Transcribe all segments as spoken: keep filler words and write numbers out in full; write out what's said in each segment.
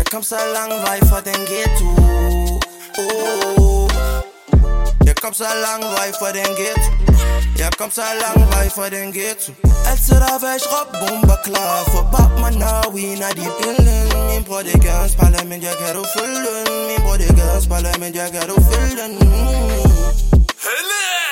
kom så lang vej fra den ghetto. Oh. Jeg kom så lang vej fra den ghetto. Jeg kom så lang vej fra den ghetto. Altid der væk råb bomber klar. For bag mig når vi når de billen. Min bror det gør en spejler, men jeg kan du følge den. Min bror det gør en spejler, men jeg kan du følge den. Helle!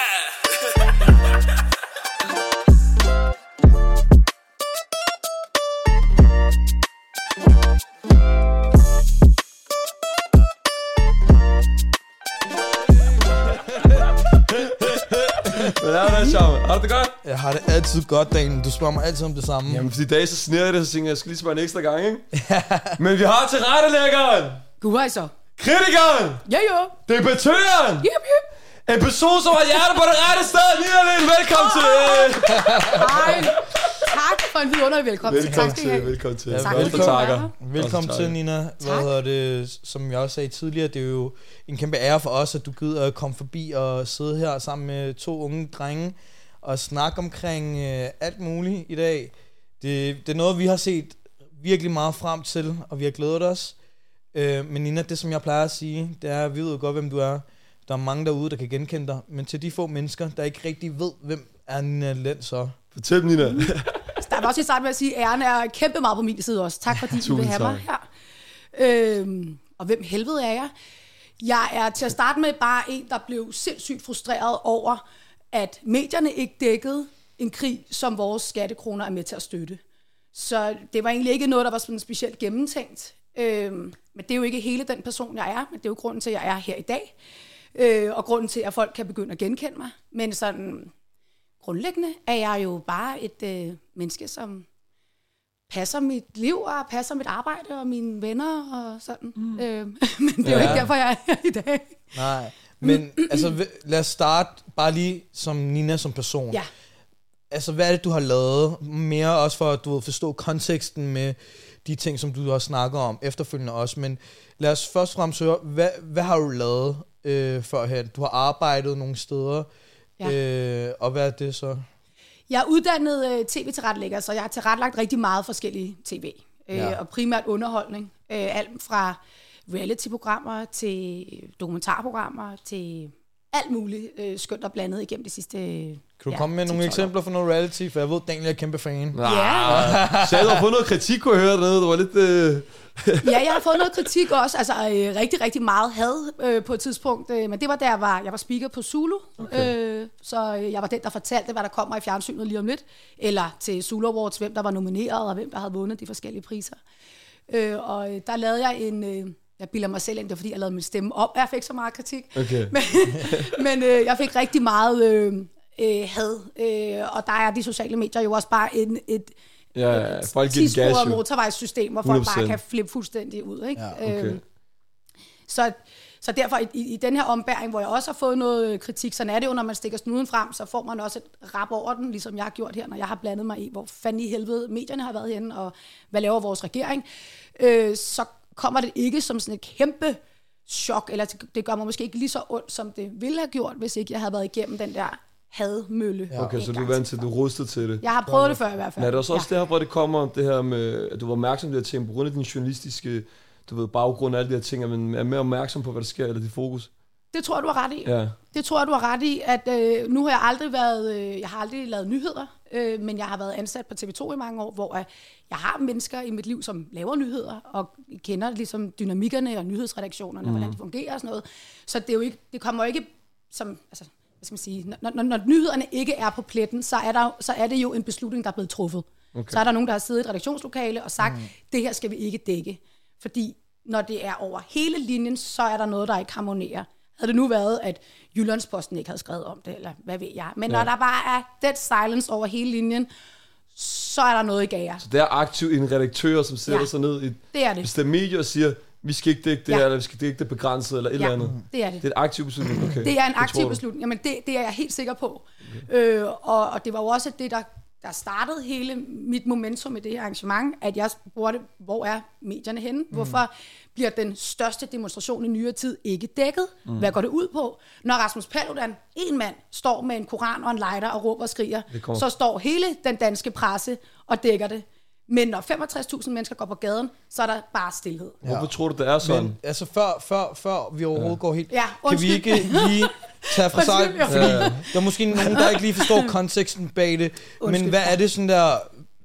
Hvad er det, Charme? Har du det godt? Jeg har det altid godt, Daniel. Du spørger mig altid om det samme. Jamen, fordi i dag så sneer det, så tænker jeg, jeg skal lige spørge en ekstra gang, ikke? Men vi har tilrettelæggeren! Gud, hej så. Kritikeren! Ja, jo. Debattøren! Yep, yep. En person, som har hjerte på det rette sted. Nina Lind, velkommen til! Hej. Tak for en vidunderlig velkommen. Velkommen tak, til, velkommen til. Ja, tak, velkommen. Takker. Velkommen til, Nina. Hvad hedder det, som jeg også sagde tidligere, det er jo en kæmpe ære for os, at du gider at komme forbi og sidde her sammen med to unge drenge og snakke omkring øh, alt muligt i dag. Det, det er noget, vi har set virkelig meget frem til, og vi har glædet os. Øh, men Nina, det som jeg plejer at sige, det er, at vi ved jo godt, hvem du er. Der er mange derude, der kan genkende dig. Men til de få mennesker, der ikke rigtig ved, hvem er Nina Lind så? Fortæl, Nina. Der var også et start med at sige, at æren er kæmpe meget på min side også. Tak fordi I vil have mig her. Øhm, og hvem helvede er jeg? Jeg er til at starte med bare en, der blev sindssygt frustreret over, at medierne ikke dækkede en krig, som vores skattekroner er med til at støtte. Så det var egentlig ikke noget, der var sådan specielt gennemtænkt. Øhm, men det er jo ikke hele den person, jeg er, men det er jo grunden til, at jeg er her i dag. Øh, og grunden til, at folk kan begynde at genkende mig. Men sådan grundlæggende er jeg jo bare et øh, menneske, som passer mit liv og passer mit arbejde og mine venner og sådan. Mm. Øh, men det er ja. jo ikke derfor, jeg er her i dag. Nej, men altså lad os starte bare lige som Nina som person. Ja. Altså hvad er det, du har lavet? Mere også for at du vil forstå konteksten med de ting, som du også snakker om efterfølgende også. Men lad os først og fremmest høre, hvad, hvad har du lavet øh, førhen? Du har arbejdet nogle steder, ja. øh, og hvad er det så? Jeg er uddannet øh, tv-tilrettelægger, så jeg har tilrettelagt rigtig meget forskellige tv. Øh, ja. Og primært underholdning. Øh, alt fra reality-programmer til dokumentarprogrammer til alt muligt øh, skønt og blandet igennem de sidste... Kan du ja, komme med nogle eksempler for noget reality? For jeg ved, Daniel er kæmpe fan. Ja. Så jeg har fået noget kritik, kunne jeg høre dernede. Det var lidt... Øh... ja, jeg har fået noget kritik også. Altså øh, rigtig, rigtig meget had øh, på et tidspunkt. Øh, men det var der, jeg var, jeg var speaker på Zulu. Okay. Øh, så jeg var den, der fortalte, hvad der kommer i fjernsynet lige om lidt. Eller til Zulu Awards, hvem der var nomineret, og hvem der havde vundet de forskellige priser. Øh, og der lavede jeg en... Øh, Jeg bilder mig selv ind, det var fordi, jeg lavede min stemme op, og jeg fik så meget kritik. Okay. Men, men øh, jeg fik rigtig meget øh, øh, had, øh, og der er de sociale medier jo også bare en, et, ja, ja, et tidssporet motorvejssystem, hvor folk bare kan flippe fuldstændig ud. Ikke? Ja, okay. øh, så, så derfor i, i den her ombæring, hvor jeg også har fået noget kritik, så er det jo, når man stikker snuden frem, så får man også et rap over den, ligesom jeg har gjort her, når jeg har blandet mig i, hvor fanden i helvede medierne har været henne, og hvad laver vores regering. Øh, så kommer det ikke som sådan et kæmpe chok, eller det gør mig måske ikke lige så ondt, som det ville have gjort, hvis ikke jeg havde været igennem den der hadmølle. Ja. Okay, så du er vant til, du rustet til det. Jeg har prøvet det før i hvert fald. Men er det også, ja. også det her, hvor det kommer, det her med, at du var opmærksom på det her ting, på grund af din journalistiske, du ved, baggrund og alle de her ting, at man er mere opmærksom på, hvad der sker, eller dit fokus? Det tror jeg, du har ret i. Ja. Det tror jeg, du har ret i, at øh, nu har jeg aldrig været, øh, jeg har aldrig lavet nyheder, øh, men jeg har været ansat på T V to i mange år, hvor øh, jeg har mennesker i mit liv, som laver nyheder, og kender ligesom dynamikkerne og nyhedsredaktionerne, mm. hvordan det fungerer og sådan noget. Så det, er jo ikke, det kommer jo ikke som, altså, hvad skal man sige, når, når, når nyhederne ikke er på pletten, så er, der, så er det jo en beslutning, der er blevet truffet. Okay. Så er der nogen, der har siddet i et redaktionslokale og sagt, mm. det her skal vi ikke dække, fordi når det er over hele linjen, så er der noget, der ikke harmonerer. Havde det nu været, at Jyllandsposten ikke havde skrevet om det, eller hvad ved jeg. Men ja. Når der bare er dead silence over hele linjen, så er der noget i gære. Så det er aktivt en redaktør, som sætter ja. sig ned i et bestemt medie og siger, vi skal ikke dække det ja. her, eller vi skal dække det begrænset, eller et ja. eller andet. det er det. Det er et aktivt beslutning, okay. Det er en aktiv beslutning. Jamen, det, det er jeg helt sikker på. Okay. Øh, og, og det var jo også det, der, der startede hele mit momentum i det her arrangement, at jeg spurgte, hvor er medierne henne? Mm. Hvorfor bliver den største demonstration i nyere tid ikke dækket? Mm. Hvad går det ud på? Når Rasmus Paludan, en mand, står med en koran og en lighter og råber og skriger, så står hele den danske presse og dækker det. Men når femogtres tusind mennesker går på gaden, så er der bare stilhed. Ja. Hvorfor tror du, det er sådan? Men, altså før, før, før vi overhovedet ja. går helt... Ja, kan vi ikke lige tage fra sig? Fordi ja. der er måske nogen, der ikke lige forstår konteksten bag det. Undskyld. Men hvad er det sådan der...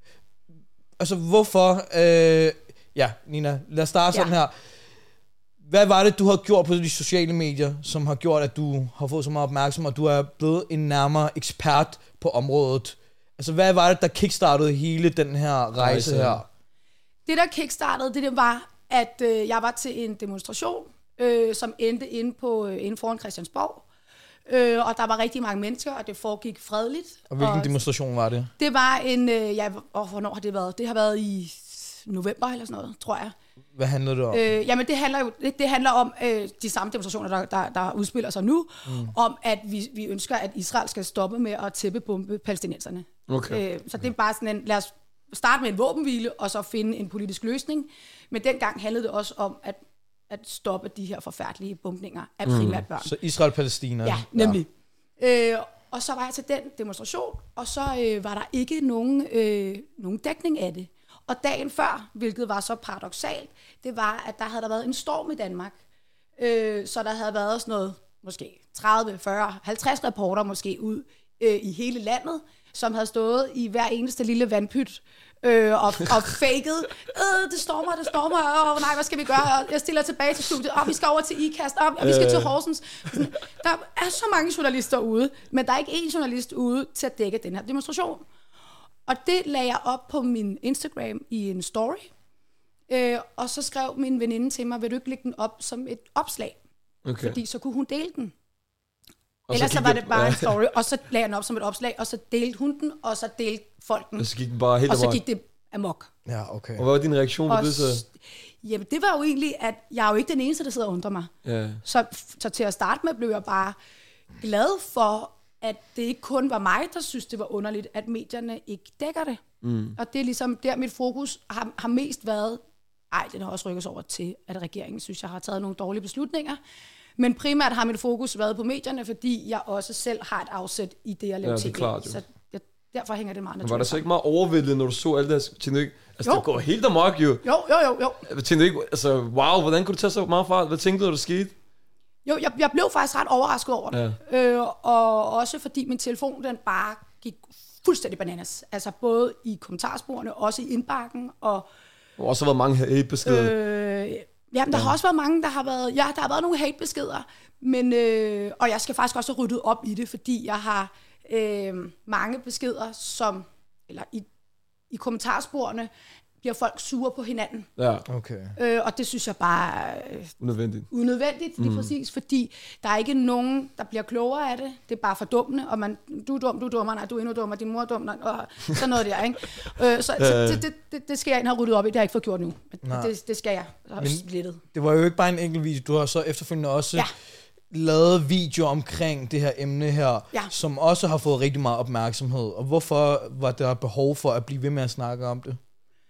Altså hvorfor... Øh, ja, Nina, lad os starte ja. sådan her. Hvad var det, du har gjort på de sociale medier, som har gjort, at du har fået så meget opmærksomhed, og du er blevet en nærmere ekspert på området? Altså, hvad var det, der kickstartede hele den her rejse her? Det, der kickstartede, det, det var, at øh, jeg var til en demonstration, øh, som endte inde, på, øh, inde foran Christiansborg. Øh, og der var rigtig mange mennesker, og det foregik fredeligt. Og hvilken og demonstration var det? Det var en... Øh, ja, og hvornår har det været? Det har været i november eller sådan noget, tror jeg. Hvad handler det om? Øh, jamen, det handler jo det, det handler om øh, de samme demonstrationer, der, der, der udspiller sig nu, mm. om at vi, vi ønsker, at Israel skal stoppe med at tæppebombe palæstinenserne. Okay. Øh, så det er bare sådan en, lad os starte med en våbenhvile, og så finde en politisk løsning. Men dengang handlede det også om at, at stoppe de her forfærdelige bombninger af primært børn. Så Israel-Palæstina? Ja, nemlig. Ja. Øh, og så var jeg til den demonstration, og så øh, var der ikke nogen, øh, nogen dækning af det. Og dagen før, hvilket var så paradoksalt, det var, at der havde der været en storm i Danmark. Øh, så der havde været sådan noget, måske tredive, fyrre, halvtreds reporter måske ud øh, i hele landet, som havde stået i hver eneste lille vandpyt øh, og, og faked. Øh, det stormer, det stormer, åh nej, hvad skal vi gøre? Og jeg stiller tilbage til studiet, og vi skal over til IKAST, og vi skal til Horsens. Sådan, der er så mange journalister ude, men der er ikke én journalist ude til at dække den her demonstration. Og det lagde jeg op på min Instagram i en story. Øh, og så skrev min veninde til mig, vil du ikke lægge den op som et opslag? Okay. Fordi så kunne hun dele den. Og Ellers så, så var det, det bare en story, og så lagde jeg den op som et opslag, og så delte hun den, og så delte folk den. Og så gik den bare helt Og så amok. gik det amok. Ja, okay. Og hvad var din reaktion på og det så? Jamen, det var jo egentlig, at jeg er jo ikke den eneste, der sidder og undrer mig. Ja. Så, så til at starte med blev jeg bare glad for, at det ikke kun var mig, der synes, det var underligt, at medierne ikke dækker det. Mm. Og det er ligesom der, mit fokus har, har mest været, ej, den har også rykket over til, at regeringen synes, jeg har taget nogle dårlige beslutninger. Men primært har mit fokus været på medierne, fordi jeg også selv har et afsæt i det, jeg laver ja, tv. Klart, så jeg, derfor hænger det meget naturligt. Men var der så ikke meget overvældet, når du så alt det her? Tænkte du ikke, altså jo. det går helt amok jo. Jo, jo, jo, jo. Jeg tænkte du ikke, altså wow, hvordan kunne du tage så meget fart? Hvad tænkte du, der skete? Jo, jeg, jeg blev faktisk ret overrasket over det. Ja. Øh, og også fordi min telefon, den bare gik fuldstændig bananas. Altså både i kommentarsporene, også i indbakken. Og der har også været mange hate-beskeder. Øh, ja, men der ja. har også været mange, der har været... Ja, der har været nogle hate-beskeder. Men, øh, og jeg skal faktisk også have ryddet op i det, fordi jeg har øh, mange beskeder, som... Eller i, i kommentarsporene bliver folk sure på hinanden. Ja. Okay. Øh, og det synes jeg bare er øh, unødvendigt. Unødvendigt, lige mm. præcis, fordi der er ikke nogen, der bliver klogere af det. Det er bare fordummende, og man, du er dum, du er dummer, nej, du er endnu dummere, din mor er dum, nej, og sådan noget der, ikke? Øh, så så det, det, det, det skal jeg ind have ryddet op i, det har jeg ikke fået gjort nu. Det, det skal jeg have splittet. Det var jo ikke bare en enkelt video, du har så efterfølgende også... Ja. lavet video omkring det her emne her, ja. som også har fået rigtig meget opmærksomhed. Og hvorfor var der behov for at blive ved med at snakke om det?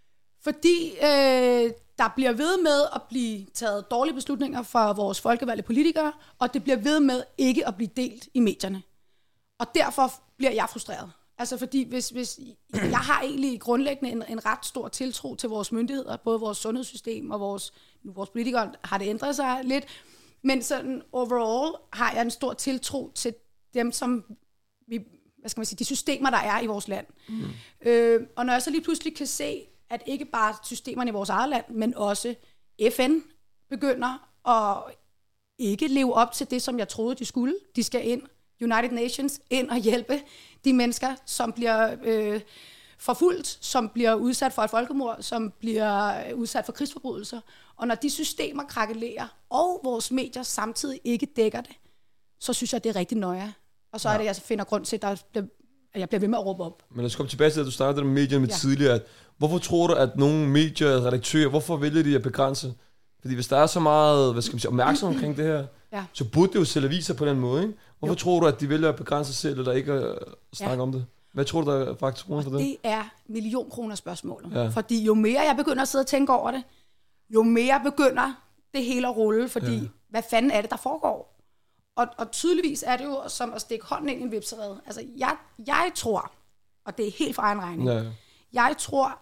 Fordi øh, der bliver ved med at blive taget dårlige beslutninger fra vores folkevalgte politikere, og det bliver ved med ikke at blive delt i medierne. Og derfor bliver jeg frustreret. Altså fordi hvis, hvis jeg har egentlig grundlæggende en, en ret stor tiltro til vores myndigheder, både vores sundhedssystem og vores, nu vores politikere har det ændret sig lidt, men sådan overall har jeg en stor tiltro til dem, som vi, hvad skal man sige, de systemer, der er i vores land. Mm. Øh, og når jeg så lige pludselig kan se, at ikke bare systemerne i vores eget land, men også F N begynder at ikke leve op til det, som jeg troede, de skulle. De skal ind, United Nations, ind og hjælpe de mennesker, som bliver øh, forfulgt, som bliver udsat for et folkemord, som bliver udsat for krigsforbrydelser. Og når de systemer krakelerer, og vores medier samtidig ikke dækker det, så synes jeg, det er rigtig nøje. Og så ja. er det, jeg finder grund til, at, der, at jeg bliver ved med at råbe op. Men lad os komme tilbage til, at du startede med medierne med ja. tidligere. At hvorfor tror du, at nogle medier, redaktører, hvorfor vælger de at begrænse? Fordi hvis der er så meget, hvad skal man sige, opmærksomhed omkring det her, ja. så burde det jo sælge aviser på den måde, ikke? Hvorfor jo. tror du, at de vælger at begrænse sig selv, eller ikke at snakke ja. om det? Hvad tror du, der er faktisk grund for det? Det er million kroner spørgsmålet. Ja. Fordi jo mere jeg begynder at sidde og tænke over det, jo mere begynder det hele at rulle, fordi ja. hvad fanden er det, der foregår? Og, og tydeligvis er det jo som at stikke hånden ind i en vipserede. Altså, jeg, jeg tror, og det er helt for egen regning, ja. jeg tror,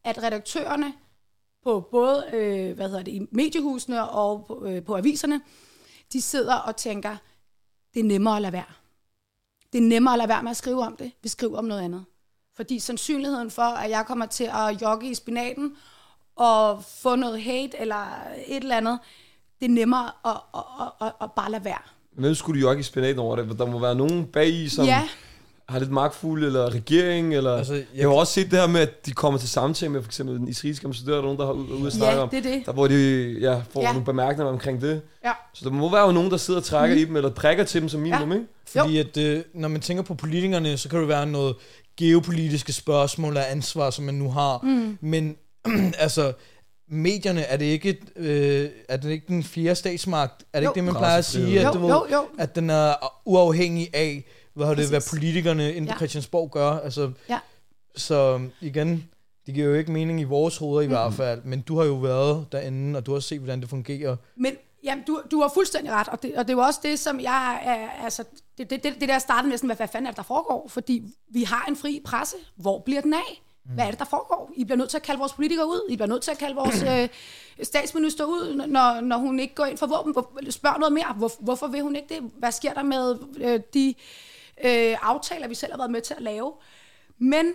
at redaktørerne på både øh, hvad hedder det, i mediehusene og på, øh, på aviserne, de sidder og tænker, det er nemmere at lade være. Det er nemmere at lade være med at skrive om det. Vi skriver om noget andet. Fordi sandsynligheden for, at jeg kommer til at jogge i spinaten og få noget hate eller et eller andet, det er nemmere at, at, at, at, at bare lade være. Hvem skulle du jogge i spinaten over det? Der må være nogen bag i, som ja. har lidt magtfuld, eller regering, eller... Altså, jeg, jeg har også set det her med, at de kommer til samtale med for eksempel den israelske ambassadør, der er nogen, der har ude at snakke ja, om. det er det. Der hvor de ja, får ja. nogle bemærkninger omkring det. Ja. Så der må være jo nogen, der sidder og trækker mm. i dem, eller prikker til dem som minimum, ja. ikke? Fordi at, øh, når man tænker på politikerne, så kan det være noget geopolitiske spørgsmål og ansvar, som man nu har. Mm. Men altså... Medierne, er det ikke øh, er det ikke den fjerde statsmagt? Er det jo. Ikke det, man plejer at sige? Jo, at, du jo, ved, jo. at den er uafhængig af, hvad, det, hvad politikerne inden ja. På Christiansborg gør? Altså, ja. Så igen, det giver jo ikke mening i vores hoveder i mm. hvert fald, men du har jo været derinde, og du har set, hvordan det fungerer. Men jamen, du, du har fuldstændig ret, og det, og det er jo også det, som jeg er, altså, det, det, det, det der startede med sådan, hvad, hvad fanden er det, der foregår? Fordi vi har en fri presse. Hvor bliver den af? Hvad er det, der foregår? I bliver nødt til at kalde vores politikere ud. I bliver nødt til at kalde vores øh, statsminister ud, når, når hun ikke går ind for våben. Spørg noget mere. Hvor, hvorfor vil hun ikke det? Hvad sker der med øh, de øh, aftaler, vi selv har været med til at lave? Men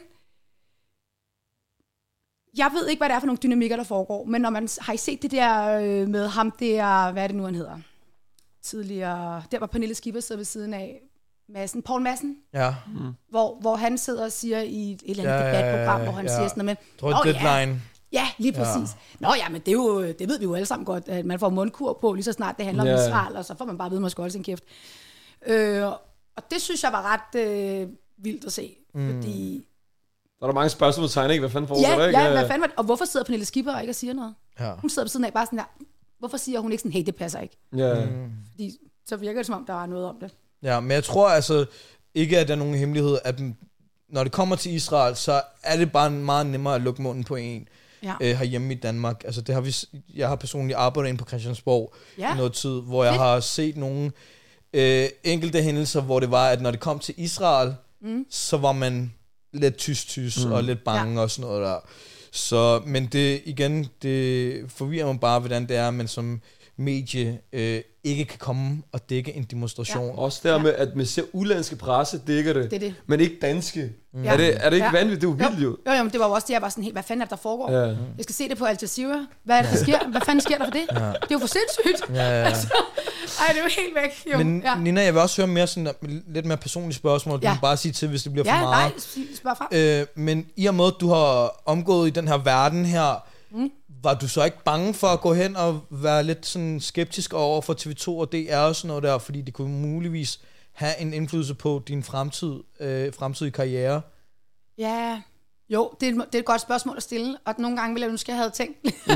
jeg ved ikke, hvad det er for nogle dynamikker, der foregår. Men når man har I set det der øh, med ham, det er, hvad er det nu, han hedder? Tidligere, der var Pernille Skipper sidder ved siden af, Madsen, Poul Madsen, ja. mm. hvor, hvor han sidder og siger i et eller andet ja, debatprogram, hvor han ja. Siger sådan noget med... Tror Deadline. Ja, ja, lige præcis. Ja. Nå ja, men det, er jo, det ved vi jo alle sammen godt, at man får mundkur på, lige så snart det handler ja. Om Israel, og så får man bare ved med at skåle sin kæft. Øh, og det synes jeg var ret øh, vildt at se, mm. fordi... Der er der mange spørgsmål til tegning, hvad fanden foregår ja, der, ikke? Ja, hvad fanden var det? Og hvorfor sidder Pernille Skipper og ikke og siger noget? Ja. Hun sidder på siden af bare sådan der, hvorfor siger hun ikke sådan, hey, det passer ikke? Ja. Mm. Fordi så virker det, som om der er noget om det. Ja, men jeg tror altså ikke, at der er nogen hemmelighed, at når det kommer til Israel, så er det bare meget nemmere at lukke munden på en ja. øh, herhjemme i Danmark. Altså det har vi, jeg har personligt arbejdet inde på Christiansborg ja. I noget tid, hvor jeg Fedt. Har set nogle øh, enkelte hændelser, hvor det var, at når det kom til Israel, mm. så var man lidt tyst-tyst mm. og lidt bange ja. Og sådan noget der. Så, men det igen, det forvirrer mig bare, hvordan det er, men som medie øh, ikke kan komme og dække en demonstration. Ja. Også der med, at man ser udlandske presse dækker det, det, det. men ikke danske. Mm. Er, det, er det ikke ja. Vanvittigt? Det er jo vildt jo. Jo, jo, men det var jo også det, jeg var sådan helt, hvad fanden er det, der foregår? Ja. Jeg skal se det på Al Jazeera. Hvad er det, der sker? Hvad fanden sker der for det? Ja. Det er jo for sindssygt. Ja, ja, ja. Altså, ej, det er jo helt væk. Jo. Men ja. Nina, jeg vil også høre mere sådan, lidt mere personlige spørgsmål. Du ja. Kan bare sige til, hvis det bliver ja, for meget. Ja, nej, spørg frem. Øh, men i og med, at du har omgået i den her verden her, mm. var du så ikke bange for at gå hen og være lidt sådan skeptisk over for T V to og D R og sådan noget der, fordi det kunne muligvis have en indflydelse på din fremtid, øh, fremtidige karriere? Ja, jo, det er, det er et godt spørgsmål at stille, og nogle gange ville jeg ønske, at jeg havde tænkt. Det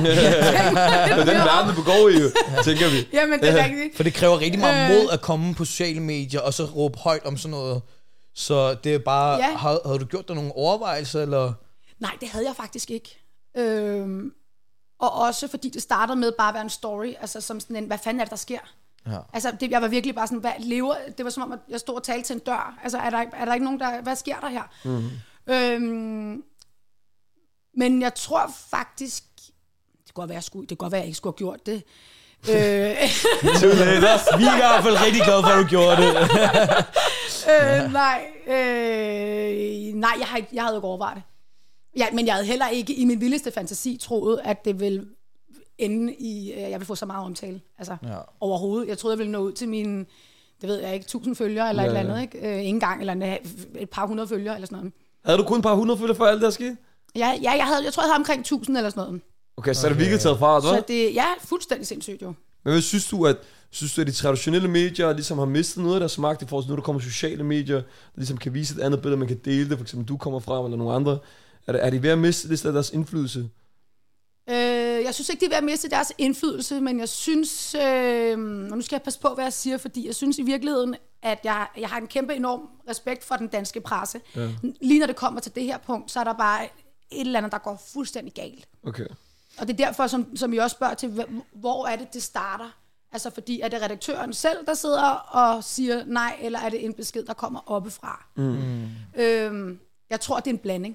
er den verden, du begår i, jo, tænker vi. Jamen, det er rigtigt. For det kræver rigtig meget mod at komme på sociale medier, og så råbe højt om sådan noget. Så det er bare, ja. havde, havde du gjort dig nogle overvejelser, eller? Nej, det havde jeg faktisk ikke. Øhm, og også fordi det startede med bare at være en story, altså som sådan en, hvad fanden er det, der sker? Ja. Altså, det, jeg var virkelig bare sådan, hvad lever? Det var som om, at jeg stod og talte til en dør. Altså, er der, er der ikke nogen, der, hvad sker der her? Mm-hmm. Øhm, men jeg tror faktisk, det kan godt være, jeg, skulle, det kan godt være, jeg ikke skulle have gjort det. øh, Vi er i hvert fald rigtig glade for, at du gjorde det. øh, nej, øh, nej, jeg, har, jeg havde ikke overvejet det. Ja, men jeg havde heller ikke i min vildeste fantasi troet, at det ville ende i, jeg ville få så meget omtale. Altså ja. Overhovedet. Jeg troede, jeg ville nå ud til mine, det ved jeg ikke, tusind følgere eller ja, et eller andet, ikke? Øh, ingen gang, eller et par hundrede følgere eller sådan noget. Havde du kun et par hundrede følgere for alt det, der skete? Ja, ja jeg, havde, jeg tror, jeg havde omkring tusind eller sådan noget. Okay, så er det virkelig taget fra, så det, ja, fuldstændig sindssygt jo. Men hvad synes du, at synes du, at de traditionelle medier ligesom har mistet noget af deres magt i forhold til nu, der kommer sociale medier, der ligesom kan vise et andet billede, man kan dele det, for eksempel du kommer fra, eller nogle andre. Er, er de ved at miste lidt af deres indflydelse? Øh, jeg synes ikke, de er ved at miste deres indflydelse, men jeg synes, øh, og nu skal jeg passe på, hvad jeg siger, fordi jeg synes i virkeligheden, at jeg, jeg har en kæmpe enorm respekt for den danske presse. Ja. Lige når det kommer til det her punkt, så er der bare et eller andet, der går fuldstændig galt. Okay. Og det er derfor, som, som I også spørger til, hvor er det, det starter? Altså fordi, er det redaktøren selv, der sidder og siger nej, eller er det en besked, der kommer oppefra? Mm. Øhm, jeg tror, det er en blanding.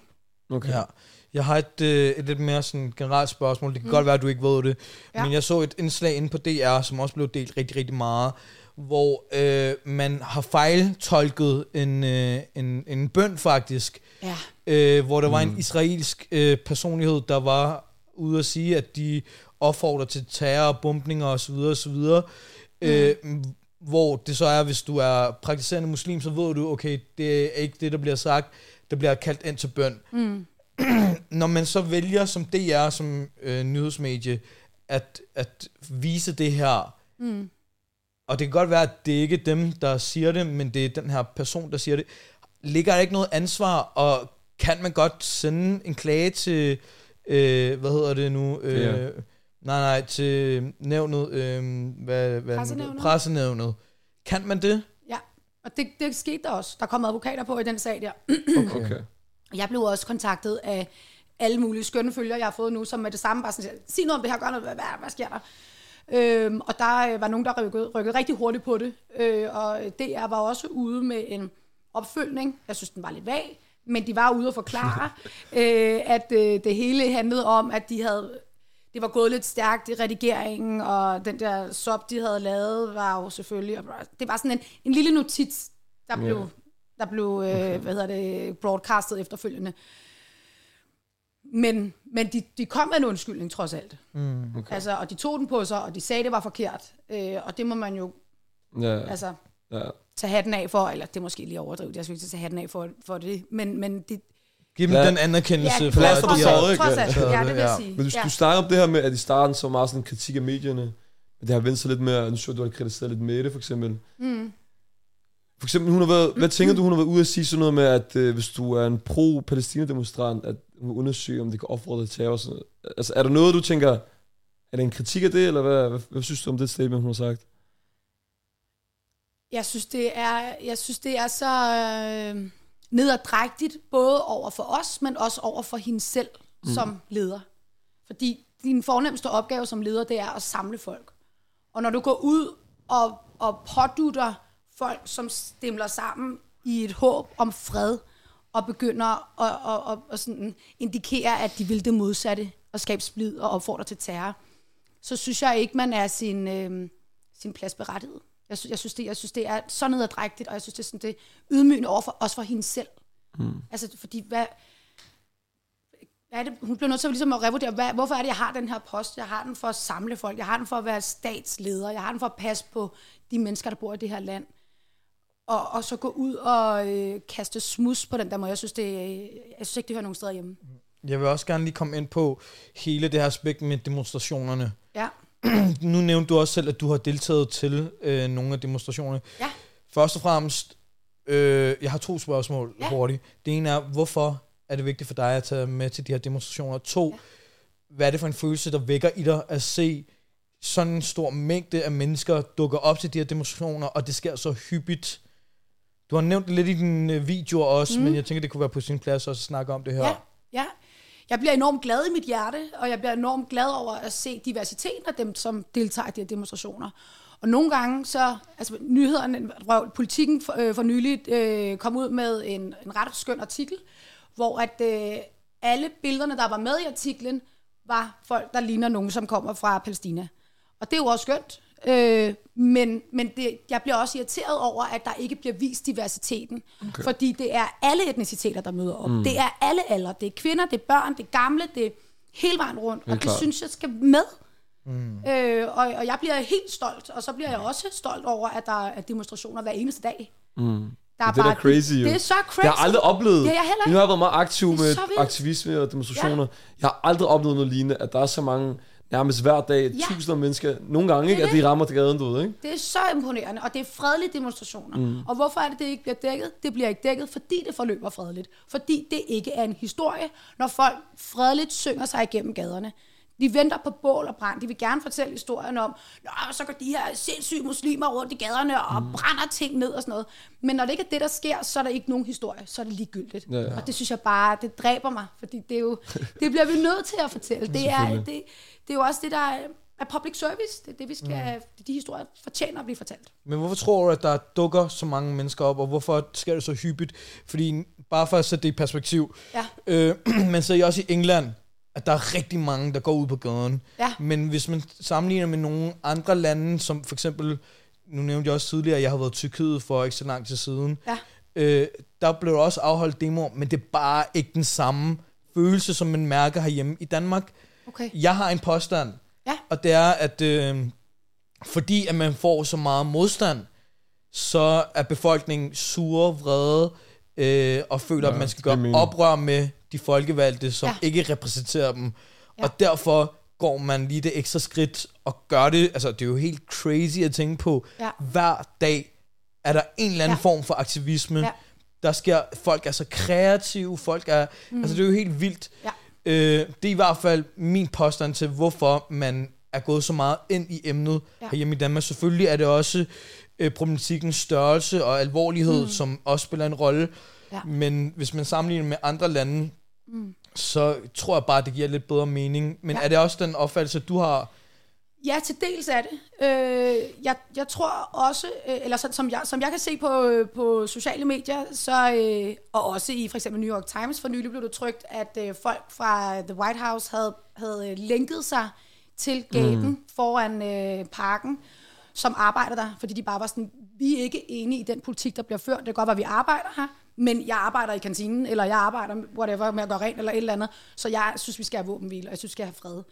Okay. Ja. Jeg har et, øh, et lidt mere sådan generelt spørgsmål. Det kan mm. godt være, at du ikke ved det. Ja. Men jeg så et indslag inde på D R, som også blev delt rigtig, rigtig meget, hvor øh, man har fejltolket en, øh, en, en bøn faktisk. Ja. Øh, hvor der mm. var en israelsk øh, personlighed, der var ude at sige, at de opfordrer til terror, bombninger osv. osv. Mm. Øh, hvor det så er, hvis du er praktiserende muslim, så ved du, okay, det er ikke det, der bliver sagt. Der bliver kaldt ind til bøn. Mm. Når man så vælger som D R, som øh, nyhedsmedie, at, at vise det her, mm. og det kan godt være, at det ikke er dem, der siger det, men det er den her person, der siger det, ligger der ikke noget ansvar, og kan man godt sende en klage til, øh, hvad hedder det nu, øh, yeah. nej nej, til nævnet, øh, hvad, hvad, pressenævnet. pressenævnet. Kan man det? Ja, og det, det skete der også. Der kom advokater på i den sag der. Okay. okay. Jeg blev også kontaktet af alle mulige skønne følgere, jeg har fået nu, som med det samme bare sådan, sig noget om det her, gør noget, hvad, hvad, hvad sker der? Øhm, og der øh, var nogen, der rykkede, rykkede rigtig hurtigt på det, øh, og D R var også ude med en opfølgning. Jeg synes, den var lidt vag, men de var ude at forklare, øh, at øh, det hele handlede om, at de havde, det var gået lidt stærkt i redigeringen, og den der sop, de havde lavet, var jo selvfølgelig, det var sådan en, en lille notits, der blev... Yeah. der blev øh, hvad hedder det, broadcastet efterfølgende. Men, men de, de kom med en undskyldning, trods alt. Mm, okay. Altså, og de tog den på sig, og de sagde, det var forkert. Øh, og det må man jo ja. altså, ja. tage hatten af for, eller det er måske lige overdrivet, jeg skal ikke tage hatten af for, for det, men, men det... Giv dem ja. den anerkendelse. Ja, for plads på såret, ikke? Trods alt, ja, det vil jeg sige. Men du, ja. du snakker om det her med, at i starten så var meget sådan en kritik af medierne, men det har vendt sig lidt mere, nu så du har kritiseret lidt med det, for eksempel. Mm. For eksempel, hun har været, hvad tænker du, hun har været ude at sige sådan noget med, at øh, hvis du er en pro-Palæstina-demonstrant, at hun undersøger, om det kan opfordre til terror og sådan noget. Altså, er der noget, du tænker, er det en kritik af det, eller hvad, hvad, hvad synes du om det statement, hun har sagt? Jeg synes, det er, jeg synes, det er så øh, nederdrægtigt, både over for os, men også over for hende selv mm. som leder. Fordi din fornemmeste opgave som leder, det er at samle folk. Og når du går ud og, og pådutter folk, som stemler sammen i et håb om fred, og begynder at, at, at, at sådan indikere, at de vil det modsatte, og skabe splid og opfordre til terror, så synes jeg ikke, man er sin, øh, sin plads berettiget. Jeg synes, jeg, synes det, jeg synes, det er så nederdrægtigt, og jeg synes, det er, sådan, det er ydmygende over for, også for hende selv. Mm. Altså, fordi, hvad, hvad er det? Hun bliver nødt til at, ligesom at revurdere, hvad, hvorfor er det, jeg har den her post? Jeg har den for at samle folk, jeg har den for at være statsleder, jeg har den for at passe på de mennesker, der bor i det her land. Og, og så gå ud og øh, kaste smuds på den der måde. Jeg synes, det, jeg synes ikke, det hører nogen steder hjemme. Jeg vil også gerne lige komme ind på hele det her aspekt med demonstrationerne. Ja. Nu nævnte du også selv, at du har deltaget til øh, nogle af demonstrationerne. Ja. Først og fremmest, øh, jeg har to spørgsmål ja. hurtigt. Det ene er, hvorfor er det vigtigt for dig at tage med til de her demonstrationer? To, ja. hvad er det for en følelse, der vækker i dig at se sådan en stor mængde af mennesker dukker op til de her demonstrationer, og det sker så hyppigt? Du har nævnt det lidt i dine videoer også, mm. men jeg tænker, det kunne være på sin plads også at snakke om det her. Ja, ja. Jeg bliver enormt glad i mit hjerte, og jeg bliver enormt glad over at se diversiteten af dem, som deltager i de her demonstrationer. Og nogle gange så, altså nyhederne, Politikken for, øh, for nyligt øh, kom ud med en, en ret skøn artikel, hvor at øh, alle billederne, der var med i artiklen, var folk, der ligner nogen, som kommer fra Palæstina. Og det er jo også skønt. Øh, men men det, jeg bliver også irriteret over, at der ikke bliver vist diversiteten. Okay. Fordi det er alle etniciteter, der møder op. Mm. Det er alle aldre. Det er kvinder, det er børn, det er gamle, det er hele vejen rundt. Og det klart. Synes jeg skal med. Mm. Øh, og, og jeg bliver helt stolt. Og så bliver jeg også stolt over, at der er demonstrationer hver eneste dag. Mm. Der er det bare, er da crazy, det, jo. det er så crazy. Jeg har aldrig oplevet, det. Jeg, nu har jeg været meget aktiv med aktivisme og demonstrationer. Ja. Jeg har aldrig oplevet noget lignende, at der er så mange, nærmest hver dag, ja. tusinder af mennesker, nogle gange, ikke, at de rammer til gaden ud, ikke? Det er så imponerende, og det er fredelige demonstrationer. Mm. Og hvorfor er det, det ikke bliver dækket? Det bliver ikke dækket, fordi det forløber fredeligt. Fordi det ikke er en historie, når folk fredeligt synger sig igennem gaderne. De venter på bål og brand. De vil gerne fortælle historien om, nå, så går de her sindssyge muslimer rundt i gaderne og mm. brænder ting ned og sådan noget. Men når det ikke er det, der sker, så er der ikke nogen historie. Så er det ligegyldigt. Ja, ja. Og det synes jeg bare, det dræber mig. Fordi det er jo, det bliver vi nødt til at fortælle. Det er, det, det er jo også det, der er public service. Det er det, vi skal, mm. de historier fortjener at blive fortalt. Men hvorfor tror du, at der dukker så mange mennesker op, og hvorfor sker det så hyppigt? Fordi bare for at sætte det i perspektiv. Ja. Øh, men så er jeg også i England, at der er rigtig mange, der går ud på gaden. Ja. Men hvis man sammenligner med nogle andre lande, som for eksempel, nu nævnte jeg også tidligere, at jeg har været i Tyrkiet for ikke så lang tid siden, Ja. øh, der blev der også afholdt demoer, men det er bare ikke den samme følelse, som man mærker herhjemme i Danmark. Okay. Jeg har en påstand, Ja. og det er, at øh, fordi at man får så meget modstand, så er befolkningen sure, vrede, øh, og føler, ja, at man skal gøre oprør med de folkevalgte, som ja. ikke repræsenterer dem. Ja. Og derfor går man lige det ekstra skridt og gør det. Altså, det er jo helt crazy at tænke på. Ja. Hver dag er der en eller anden ja. form for aktivisme. Ja. Der sker, folk er så kreative, folk er, mm. altså det er jo helt vildt. Ja. Øh, det er i hvert fald min påstand til, hvorfor man er gået så meget ind i emnet ja. herhjemme i Danmark. Selvfølgelig er det også øh, problematikkens størrelse og alvorlighed, mm. som også spiller en rolle. Ja. Men hvis man sammenligner med andre lande, mm. så tror jeg bare, at det giver lidt bedre mening. Men ja. er det også den opfattelse, du har? Ja, til dels er det. Øh, jeg, jeg tror også, øh, eller så, som, jeg, som jeg kan se på, øh, på sociale medier, så, øh, og også i for eksempel New York Times for nylig blev det trykt, at øh, folk fra The White House havde, havde lænket sig til gaten mm. foran øh, parken, som arbejder der, fordi de bare var sådan, vi er ikke enige i den politik, der bliver ført. Det kan godt være, vi arbejder her, men jeg arbejder i kantinen, eller jeg arbejder whatever, med at gøre rent, eller et eller andet, så jeg synes, vi skal have våbenhvile, og jeg synes, vi skal have fred.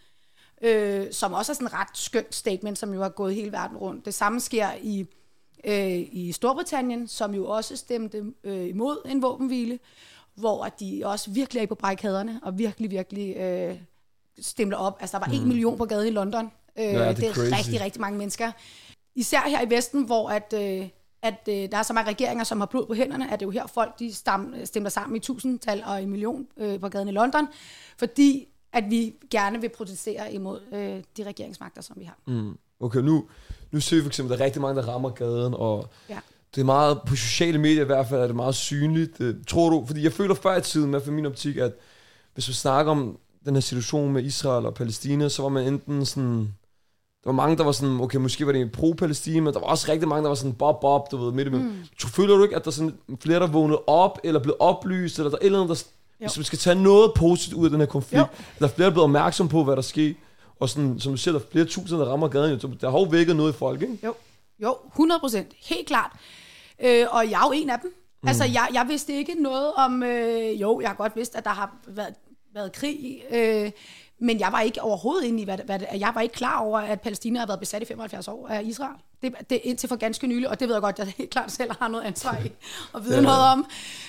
Øh, som også er sådan et ret skønt statement, som jo har gået hele verden rundt. Det samme sker i, øh, i Storbritannien, som jo også stemte øh, imod en våbenhvile, hvor de også virkelig er på barrikaderne, og virkelig, virkelig øh, stemler op. Altså, der var mm. en million på gaden i London. Øh, ja, det, det er crazy. rigtig, rigtig mange mennesker. Især her i Vesten, hvor at, øh, at øh, der er så mange regeringer, som har blod på hænderne, at det er jo her folk, de stam, stemmer sammen i tusindtal og en million øh, på gaden i London, fordi at vi gerne vil protestere imod øh, de regeringsmagter, som vi har. Mm. Okay, nu, nu ser vi for eksempel, at der er rigtig mange, der rammer gaden, og ja. det er meget, på sociale medier i hvert fald, er det meget synligt. Det, tror du, fordi jeg føler før i tiden, med for min optik, at hvis vi snakker om den her situation med Israel og Palæstina, så var man enten sådan, der var mange, der var sådan, okay, måske var det pro-Palæstina, men der var også rigtig mange, der var sådan, bob, bob, du ved, midt imellem. Mm. Så føler du ikke, at der er sådan flere, der vågnede op, eller blev oplyst, eller der er et eller andet, der jo. Hvis vi skal tage noget positivt ud af den her konflikt, jo. Der er flere, der er blevet opmærksom på, hvad der sker, og sådan, som du siger, der er flere tusinder, der rammer gaden, der har jo vækket noget i folk, ikke? Jo, jo, hundrede procent, helt klart. Øh, og jeg er jo en af dem. Mm. Altså, jeg, jeg vidste ikke noget om, øh, jo, jeg har godt vidst, at der har været, været krig, øh, men jeg var ikke overhovedet inde i, hvad, hvad det, jeg var ikke klar over, at Palæstina har været besat i femoghalvfjerds år af Israel. Det, det er indtil for ganske nylig, og det ved jeg godt, at jeg helt klart selv har noget ansvar i at vide ja. noget om.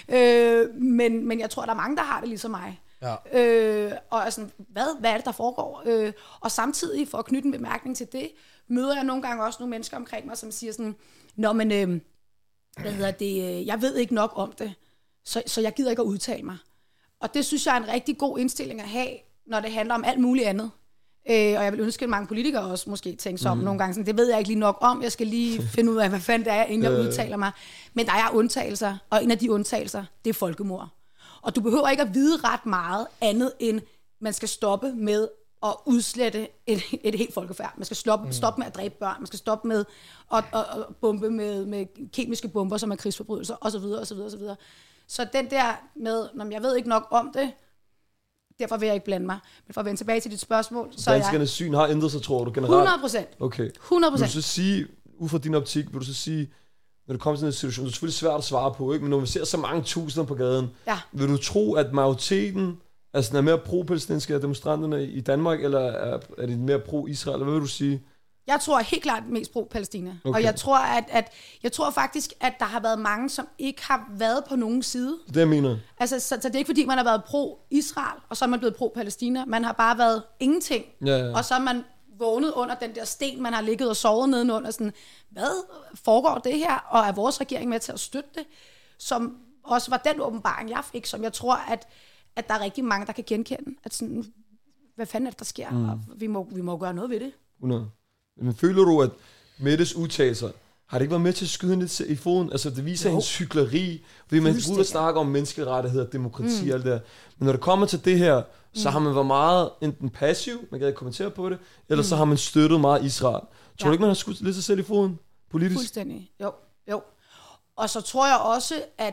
Øh, men, men jeg tror, der er mange, der har det ligesom mig. Ja. Øh, og er sådan, hvad, hvad er det, der foregår? Øh, og samtidig, for at knytte en bemærkning til det, møder jeg nogle gange også nogle mennesker omkring mig, som siger sådan, nå, men øh, hvad hedder det, jeg ved ikke nok om det, så, så jeg gider ikke at udtale mig. Og det synes jeg er en rigtig god indstilling at have, når det handler om alt muligt andet. Øh, og jeg vil ønske, at mange politikere også måske tænker sig om mm. nogle gange. Sådan, det ved jeg ikke lige nok om. Jeg skal lige finde ud af, hvad fanden det er, inden jeg udtaler mig. Men der er undtagelser, og en af de undtagelser, det er folkemord. Og du behøver ikke at vide ret meget andet, end man skal stoppe med at udslette et, et helt folkefærd. Man skal stoppe, mm. stoppe med at dræbe børn. Man skal stoppe med at, at, at bombe med, med kemiske bomber, som er krigsforbrydelser, osv. osv., osv. Så den der med, når jeg ved ikke nok om det, derfor vil jeg ikke blande mig. Men for at vende tilbage til dit spørgsmål, så danskernes jeg... syn har ændret sig, tror du, generelt? hundrede procent. Okay. hundrede procent. Vil du så sige, ud fra din optik, vil du så sige, når du kommer til en situation, det er selvfølgelig svært at svare på, ikke? Men når vi ser så mange tusinder på gaden, ja. Vil du tro, at majoriteten altså, er mere pro-palæstinenske af demonstranterne i Danmark, eller er, er de mere pro-Israel? Hvad vil du sige? Jeg tror helt klart mest pro-Palæstina. Okay. Og jeg tror, at, at, jeg tror faktisk, at der har været mange, som ikke har været på nogen side. Det jeg mener. Altså, så, så det er ikke fordi, man har været pro-Israel, og så er man blevet pro-Palæstina. Man har bare været ingenting. Ja, ja. Og så er man vågnet under den der sten, man har ligget og sovet nedenunder. Sådan, hvad foregår det her? Og er vores regering med til at støtte det? Som også var den åbenbaring, jeg fik, som jeg tror, at, at der er rigtig mange, der kan genkende. At sådan, hvad fanden er det, der sker? Mm. Og vi må, vi må gøre noget ved det. hundrede Men føler du, at Mettes udtalelser, har det ikke været med til at skyde lidt i foden? Altså, det viser hendes hykleri, fordi man burde snakke om menneskerettigheder, demokrati mm. og alt det der. Men når det kommer til det her, så mm. har man været meget enten passiv, man kan ikke kommentere på det, eller mm. så har man støttet meget Israel. Tror ja. du ikke, man har skudt lidt sig selv i foden politisk? Fuldstændig, jo, jo. Og så tror jeg også, at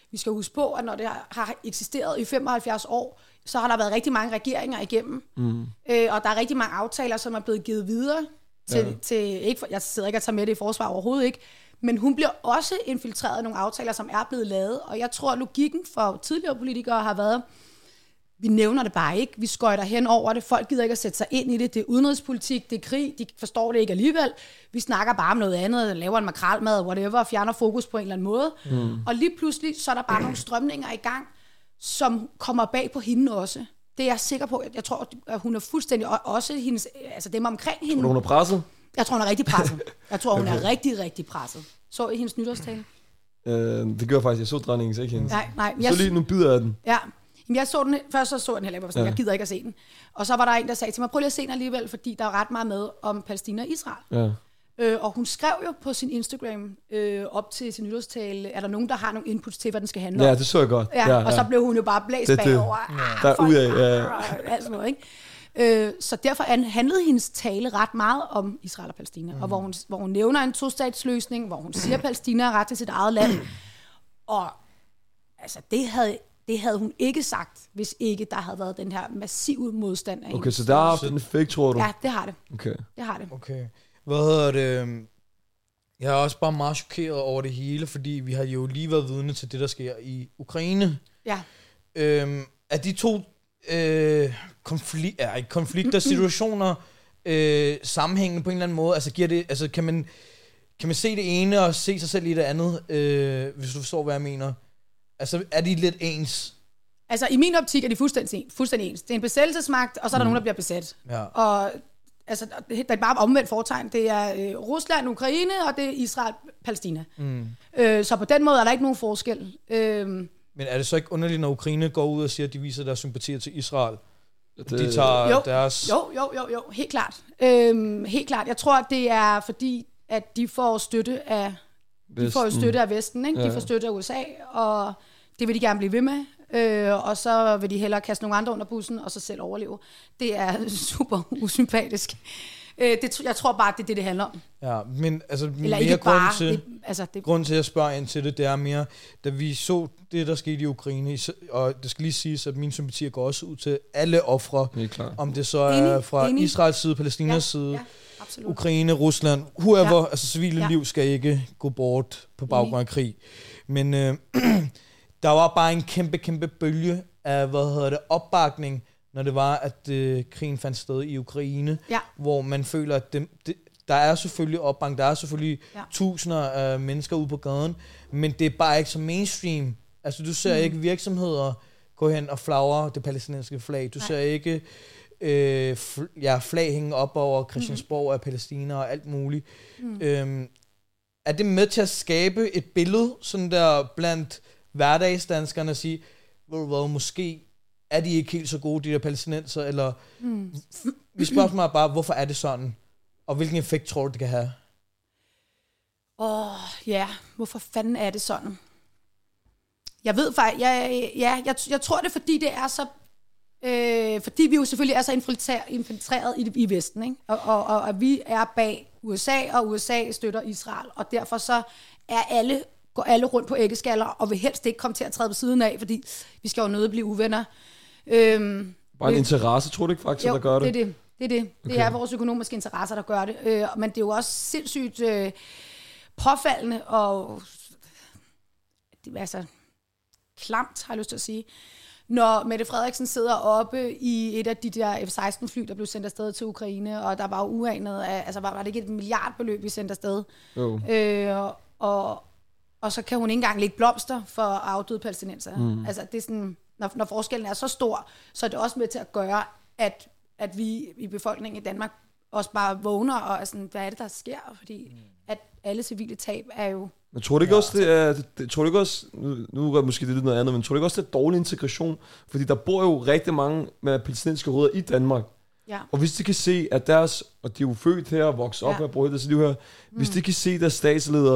Vi skal huske på, at når det har eksisteret i femoghalvfjerds år, så har der været rigtig mange regeringer igennem. Mm. Øh, og der er rigtig mange aftaler, som er blevet givet videre til, ja. til ikke, jeg sidder ikke og tager med det i forsvar overhovedet ikke, men hun bliver også infiltreret af nogle aftaler, som er blevet lavet. Og jeg tror, at logikken for tidligere politikere har været, vi nævner det bare ikke, vi skøjter hen over det, folk gider ikke at sætte sig ind i det, det er udenrigspolitik, det er krig, de forstår det ikke alligevel, vi snakker bare om noget andet, laver en makrelmad, whatever, fjerner fokus på en eller anden måde. Mm. Og lige pludselig, så er der bare nogle strømninger i gang, som kommer bag på hende også. Det er jeg sikker på. Jeg tror, at hun er fuldstændig, og også hendes, altså dem omkring hende. Tror du, hun er presset? Jeg tror, hun er rigtig presset. Jeg tror, hun okay. er rigtig, rigtig presset. Så I hendes nytårstale? Øh, det gør jeg faktisk. Jeg så dronningen, så ikke hendes. Nej, nej. Jeg så lige, nu bider jeg den. Ja. Jamen, jeg så den, først så så den heller ikke, ja. Jeg gider ikke at se den. Og så var der en, der sagde til mig, prøv lige at se den alligevel, fordi der er ret meget med om Palæstina og Israel. Ja. Øh, og hun skrev jo på sin Instagram øh, op til sin nytårstale, er der nogen, der har nogle inputs til, hvad den skal handle om? Ja, det så jeg godt. Ja, ja, og ja. så blev hun jo bare blæst det, bagover. Det. Der er ud af, ja. Alt sådan noget, ikke? Øh, så derfor handlede hendes tale ret meget om Israel og Palæstina, mm. og hvor hun, hvor hun nævner en to-statsløsning, hvor hun siger, at Palæstina har ret til sit eget land. Og altså, det havde, det havde hun ikke sagt, hvis ikke der havde været den her massive modstand af Okay, så der har haft en effekt, tror du? Ja, det har det. Okay. Det har det. Okay. Hvad hedder det? Jeg er også bare meget chokeret over det hele, fordi vi har jo lige været vidne til det, der sker i Ukraine. Ja. Øhm, er de to øh, konflik- er ikke konflikter, situationer, øh, sammenhængende på en eller anden måde? Altså, giver det, altså kan, man, kan man se det ene og se sig selv i det andet, øh, hvis du forstår, hvad jeg mener? Altså, er de lidt ens? Altså, i min optik er de fuldstændig, fuldstændig ens. Det er en besættelsesmagt, og så er der mm. nogen, der bliver besat. Ja. Og altså, det er bare omvendt foretegn. Det er øh, Rusland, Ukraine, og det er Israel, Palæstina. Mm. Øh, så på den måde er der ikke nogen forskel. Øh, Men er det så ikke underligt, når Ukraine går ud og siger, at de viser deres sympatier til Israel? Det, de tager jo, deres... Jo, jo, jo, jo, helt klart. Øh, helt klart. Jeg tror, det er fordi, at de får støtte af, de får støtte af Vesten, ikke? De ja. får støtte af U S A, og det vil de gerne blive ved med. Øh, og så vil de hellere kaste nogle andre under bussen, og så selv overleve. Det er super usympatisk. Øh, det, jeg tror bare, det er det, det handler om. Ja, men altså, Eller mere ikke grund bare. til, Det, altså, det, grunden til, at jeg spørger ind til det, det er mere, da vi så det, der skete i Ukraine, og det skal lige siges, at mine sympatier går også ud til alle ofre, om det så er enig, fra enig. Israels side, Palæstinas ja, side, ja, Ukraine, Rusland, whoever, ja. altså civile ja. liv skal ikke gå bort på baggrund af krig. Men øh, der var bare en kæmpe, kæmpe bølge af, hvad hedder det, opbakning, når det var, at øh, krigen fandt sted i Ukraine, ja. hvor man føler, at det, det, der er selvfølgelig opbakning, der er selvfølgelig ja. tusinder af mennesker ude på gaden, men det er bare ikke så mainstream. Altså, du ser mm. ikke virksomheder gå hen og flagre det palæstinensiske flag. Du Nej. ser ikke øh, fl- ja, flag hænge op over Christiansborg mm. af Palæstina og alt muligt. Mm. Øhm, er det med til at skabe et billede, sådan der blandt hverdagsdanskerne, at sige, ved du hvad, måske er de ikke helt så gode, de der palæstinenser, eller mm. vi spørger mig bare, hvorfor er det sådan, og hvilken effekt tror du, det kan have? Åh, oh, ja, hvorfor fanden er det sådan? Jeg ved faktisk, ja, ja, jeg, jeg tror det, fordi det er så, øh, fordi vi jo selvfølgelig er så infiltreret i, i Vesten, ikke? Og, og, og, og vi er bag U S A, og U S A støtter Israel, og derfor så er alle går alle rundt på æggeskaller, og vil helst ikke komme til at træde på siden af, fordi vi skal jo nødt blive uvenner. Øhm, Bare en interesse, tror du ikke faktisk, jo, der gør det? det er det. Det er, det. Okay. Det er vores økonomiske interesser, der gør det. Øh, men det er jo også sindssygt øh, påfaldende og det er altså klamt, har jeg lyst til at sige, når Mette Frederiksen sidder oppe i et af de der F seksten fly, der blev sendt afsted til Ukraine, og der var jo uanet af, altså var, var det ikke et milliardbeløb, vi sendte afsted? Oh. Øh, og Og så kan hun ikke engang lægge blomster for afdøde palæstinenser. Mm. Altså, det er sådan, når, når forskellen er så stor, så er det også med til at gøre, at, at vi i befolkningen i Danmark også bare vågner og er sådan, hvad er det, der sker? Fordi mm. at alle civile tab er jo... Men tror du ikke ja, også, det er... Det, det, tror du ikke også... Nu, nu er måske det lidt noget andet, men tror du ikke også, det er dårlig integration? Fordi der bor jo rigtig mange med palæstinensiske rødder i Danmark. Ja. Og hvis de kan se, at deres... Og de er jo født her og vokset op ja. her og brugt deres liv her. Hvis mm. de kan se, at deres statsledere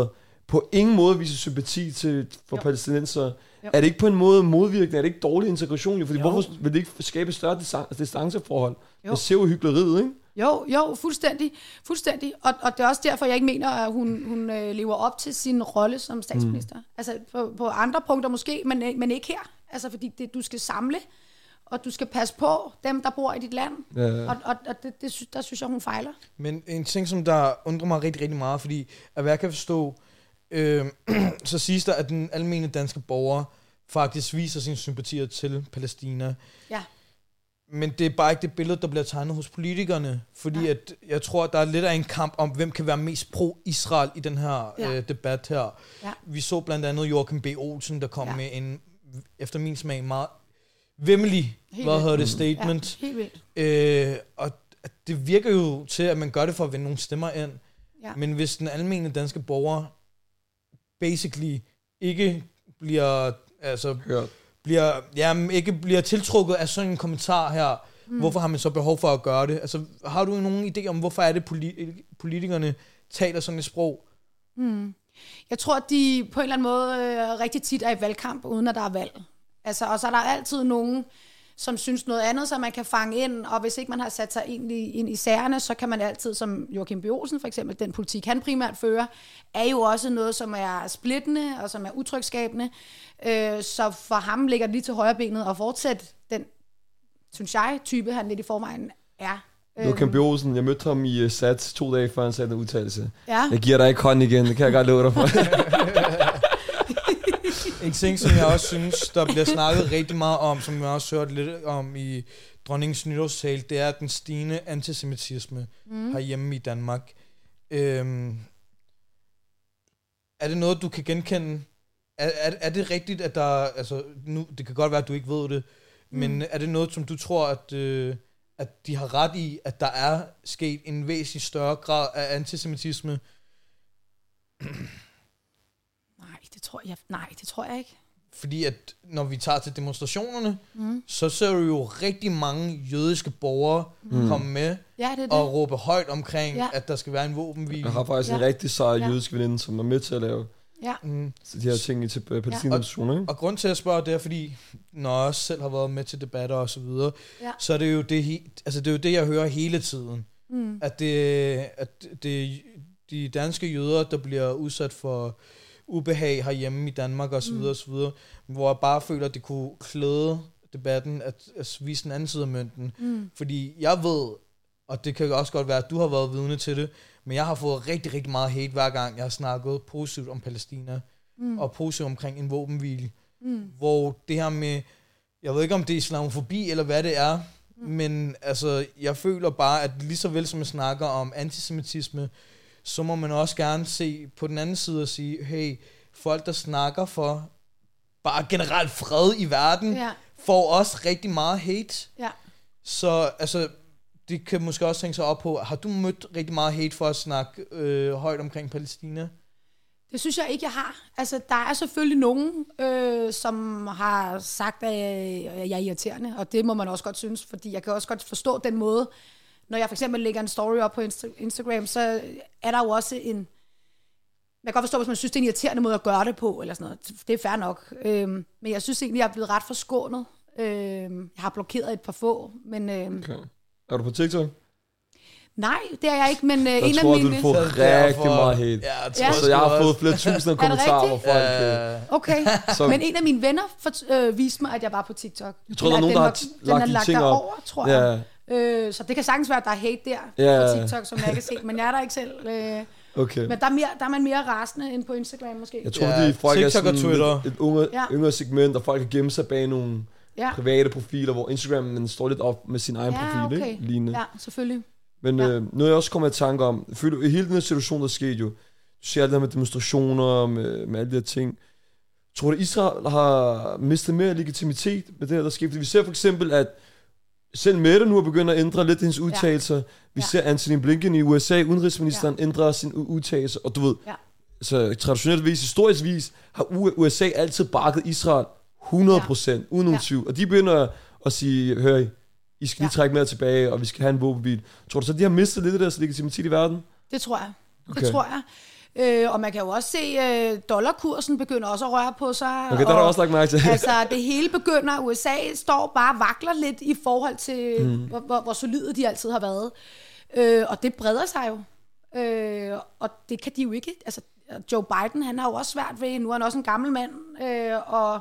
på ingen måde viser sympati til for jo. palæstinenser, jo. er det ikke på en måde modvirkende? Er det ikke dårlig integration? Jo, fordi jo. hvorfor vil det ikke skabe større distanceforhold? Det ser jo hykleriet, ikke? Jo, jo, fuldstændig. fuldstændig. Og, og det er også derfor, jeg ikke mener, at hun, hun øh, lever op til sin rolle som statsminister. Mm. Altså på, på andre punkter måske, men, men ikke her. Altså fordi det, du skal samle, og du skal passe på dem, der bor i dit land. Ja, ja. Og, og, og det, det, der synes jeg, hun fejler. Men en ting, som der undrer mig rigtig, rigtig meget, fordi at hvad jeg kan forstå, øh, så siges der, at den almene danske borger faktisk viser sine sympatier til Palæstina. Ja. Men det er bare ikke det billede, der bliver tegnet hos politikerne. Fordi ja. at jeg tror, at der er lidt af en kamp om, hvem kan være mest pro-Israel i den her ja. øh, debat her. Ja. Vi så blandt andet Joachim B. Olsen, der kom ja. med en, efter min smag, meget vimmelig, hvad hedder det, statement. Ja, helt vildt. Øh, og det virker jo til, at man gør det for at vinde nogle stemmer ind. Ja. Men hvis den almene danske borger basically ikke bliver... altså hørt. Bliver, jamen, ikke bliver tiltrukket af sådan en kommentar her, mm. hvorfor har man så behov for at gøre det? Altså, har du nogen idé om, hvorfor er det, politi- politikerne taler sådan et sprog? Mm. Jeg tror, at de på en eller anden måde øh, rigtig tit er i valgkamp, uden at der er valg. Altså, og så er der altid nogen, som synes noget andet, så man kan fange ind, og hvis ikke man har sat sig egentlig ind i sagerne, så kan man altid, som Joachim B. Olsen for eksempel, den politik, han primært fører, er jo også noget, som er splittende, og som er utrygskabende. Øh, så for ham ligger det lige til højre benet at fortsætte den, synes jeg, type, han lidt i forvejen er. Joachim B. Olsen, jeg mødte ham i uh, Sats to dage før han sagde den udtalelse. Ja. Jeg giver dig ikke hånd igen, det kan jeg godt love dig for. En ting, som jeg også synes, der bliver snakket rigtig meget om, som jeg også hørt lidt om i dronningens nytårstale, det er den stigende antisemitisme mm. herhjemme i Danmark. Øhm, er det noget, du kan genkende? Er, er, er det rigtigt, at der... Altså, nu, det kan godt være, at du ikke ved det, mm. men er det noget, som du tror, at, øh, at de har ret i, at der er sket en væsentlig større grad af antisemitisme? Nej, det tror jeg, nej, det tror jeg ikke. Fordi at når vi tager til demonstrationerne, mm. så ser du jo rigtig mange jødiske borgere mm. komme med ja, det det. og råbe højt omkring, ja. at der skal være en våbenhvile. Jeg har faktisk ja. en rigtig sej ja. jødisk veninde, som er med til at lave ja. mm. de her ting til palæstinenser. Ja. Og, og grund til at spørge, det er, fordi når jeg selv har været med til debatter og så videre, ja. så er det jo det, altså det er jo det, jeg hører hele tiden. Mm. At, det, at det de danske jøder, der bliver udsat for ubehag herhjemme i Danmark og så videre, mm. og så videre, hvor jeg bare føler, at det kunne klæde debatten at, at vise den anden side af mønten. Mm. Fordi jeg ved, og det kan også godt være, at du har været vidne til det, men jeg har fået rigtig, rigtig meget hate hver gang, jeg har snakket positivt om Palæstina, mm. og positivt omkring en våbenhvile. Mm. Hvor det her med, jeg ved ikke om det er islamofobi eller hvad det er, mm. men altså, jeg føler bare, at lige så vel som jeg snakker om antisemitisme, så må man også gerne se på den anden side og sige, hey, folk, der snakker for bare generelt fred i verden, ja. får også rigtig meget hate. Ja. Så altså, det kan måske også tænke sig op på, har du mødt rigtig meget hate for at snakke øh, højt omkring Palæstina? Det synes jeg ikke, jeg har. Altså, der er selvfølgelig nogen, øh, som har sagt, at jeg er irriterende, og det må man også godt synes, fordi jeg kan også godt forstå den måde. Når jeg for eksempel lægger en story op på Insta- Instagram, så er der jo også en... Jeg kan godt forstå, hvis man synes, det er en irriterende måde at gøre det på, eller sådan noget. Det er fair nok. Øhm, men jeg synes egentlig, jeg er blevet ret forskånet. Øhm, jeg har blokeret et par få, men... Øhm, okay. Er du på TikTok? Nej, det er jeg ikke, men øh, der en tror, af mine... Du får rigtig meget hate. Ja, jeg tror, ja. Så jeg har fået flere tusinder kommentarer, hvor folk... Ja. Okay, så, men en af mine venner for, øh, viste mig, at jeg var på TikTok. Jeg tror, der er nogen, der har lagt, den lagt derover, tror ja. jeg. Øh, så det kan sagtens være, at der er hate der yeah. på TikTok, som jeg kan se, men jeg er der ikke selv. Øh, okay. Men der er, mere, der er man mere rasende end på Instagram måske. Jeg tror, yeah. de folk TikTok er sådan et, et unge, ja. yngre segment, og folk kan gemme sig bag nogle ja. private profiler, hvor Instagram man står lidt op med sin egen ja, profil, okay. ikke? Lignende. Ja, selvfølgelig. Men ja. øh, noget jeg også kommer i tanke om, jeg føler, i hele den her situation, der skete jo, du ser alt det her med demonstrationer, med, med alle de her ting. Tror du, Israel har mistet mere legitimitet med det her, der sker? Fordi vi ser for eksempel, at selv Mette nu er begyndt at ændre lidt hendes udtalelser. Ja. Vi ja. ser Antony Blinken i U S A, udenrigsministeren, ja. ændre sin udtalelse. Og du ved, ja. så traditionelt vis, historisk vis, har U S A altid bakket Israel hundrede procent, ja. uden nogen tvivl. Ja. Og de begynder at sige, hør I, I skal lige ja. trække mere tilbage, og vi skal have en våbenhvile. Tror du så, de har mistet lidt af deres legitimitet i verden? Det tror jeg. Okay. Det tror jeg. Øh, og man kan jo også se, øh, dollarkursen begynder også at røre på sig. Okay, der har du også lagt mærke til. Altså, det hele begynder, U S A står bare og vakler lidt i forhold til, mm. hvor, hvor, hvor solide de altid har været. Øh, og det breder sig jo. Øh, og det kan de jo ikke. Altså, Joe Biden, han har jo også svært ved, nu er han også en gammel mand, øh, og